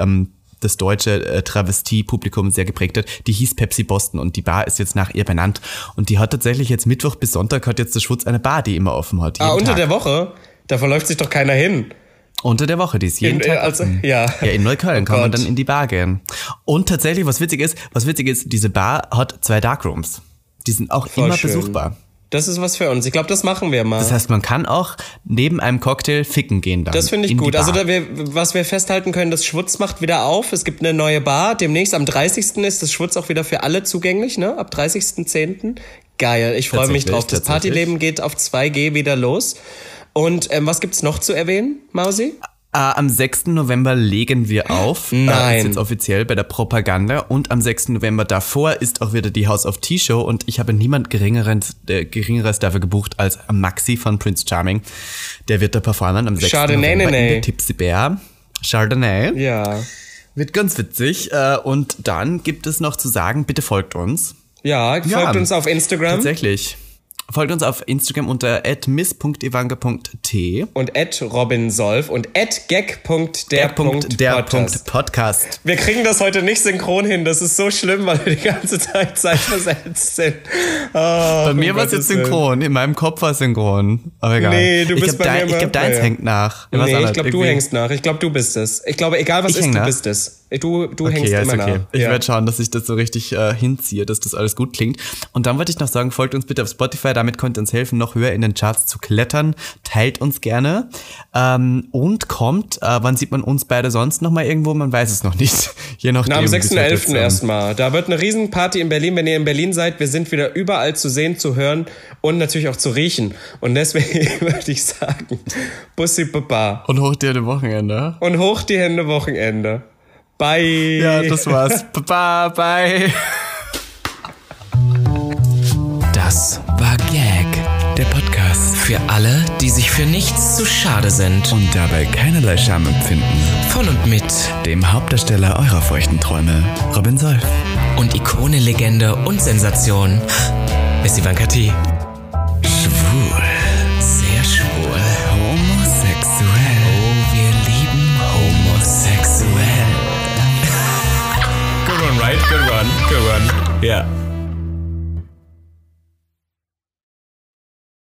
Travestie-Publikum sehr geprägt hat, die hieß Pepsi Boston und die Bar ist jetzt nach ihr benannt. Und die hat tatsächlich jetzt Mittwoch bis Sonntag hat jetzt der Schwutz eine Bar, die immer offen hat. Unter der Woche? Da verläuft sich doch keiner hin. Unter der Woche, die ist jeden Tag offen. Ja, in Neukölln kann man dann in die Bar gehen. Und tatsächlich, was witzig ist, diese Bar hat 2 Darkrooms. Die sind auch voll immer schön. Besuchbar. Das ist was für uns. Ich glaube, das machen wir mal. Das heißt, man kann auch neben einem Cocktail ficken gehen dann. Das finde ich gut. Also was wir festhalten können, das Schwutz macht wieder auf. Es gibt eine neue Bar. Demnächst am 30. ist das Schwutz auch wieder für alle zugänglich, ne? Ab 30.10. Geil, ich freue mich drauf. Das Partyleben geht auf 2G wieder los. Und was gibt's noch zu erwähnen, Mausi? Am 6. November legen wir auf. Nein. Ist jetzt offiziell bei der Propaganda. Und am 6. November davor ist auch wieder die House of Tea Show. Und ich habe niemand Geringeres dafür gebucht als Maxi von Prince Charming. Der wird da performen am 6. November in der Tipsy Bear. Chardonnay. Ja. Wird ganz witzig. Und dann gibt es noch zu sagen, bitte folgt uns. Ja, folgt uns auf Instagram. Tatsächlich. Folgt uns auf Instagram unter @miss.ivanka.t und @robinsolf und @gag.der.podcast. Wir kriegen das heute nicht synchron hin, das ist so schlimm, weil wir die ganze Zeit zeitversetzt sind. Bei mir war es jetzt synchron, in meinem Kopf war es synchron. Aber egal. Nee, du bist bei mir. Ich glaube, deins hängt nach. Ich glaube, du hängst nach. Ich glaube, du bist es. Ich glaube, egal was ist, du bist es. Du hängst immer nach. Ich werde schauen, dass ich das so richtig hinziehe, dass das alles gut klingt. Und dann wollte ich noch sagen, folgt uns bitte auf Spotify, damit könnt ihr uns helfen, noch höher in den Charts zu klettern. Teilt uns gerne. Und kommt, wann sieht man uns beide sonst noch mal irgendwo? Man weiß es noch nicht. Je nachdem. Am 6.11. erstmal. Da wird eine Riesenparty in Berlin, wenn ihr in Berlin seid. Wir sind wieder überall zu sehen, zu hören und natürlich auch zu riechen. Und deswegen würde ich sagen, Bussi Baba. Und hoch die Hände Wochenende. Und hoch die Hände Wochenende. Bye. Ja, das war's. Bye, bye. Das war Gag, der Podcast für alle, die sich für nichts zu schade sind und dabei keinerlei Scham empfinden. Von und mit dem Hauptdarsteller eurer feuchten Träume, Robin Solf. Und Ikone, Legende und Sensation, Miss Ivanka T. Schwul. Sehr schwul. Homosexuell. Oh, wir lieben homosexuell. Good one, right? Good one. Yeah.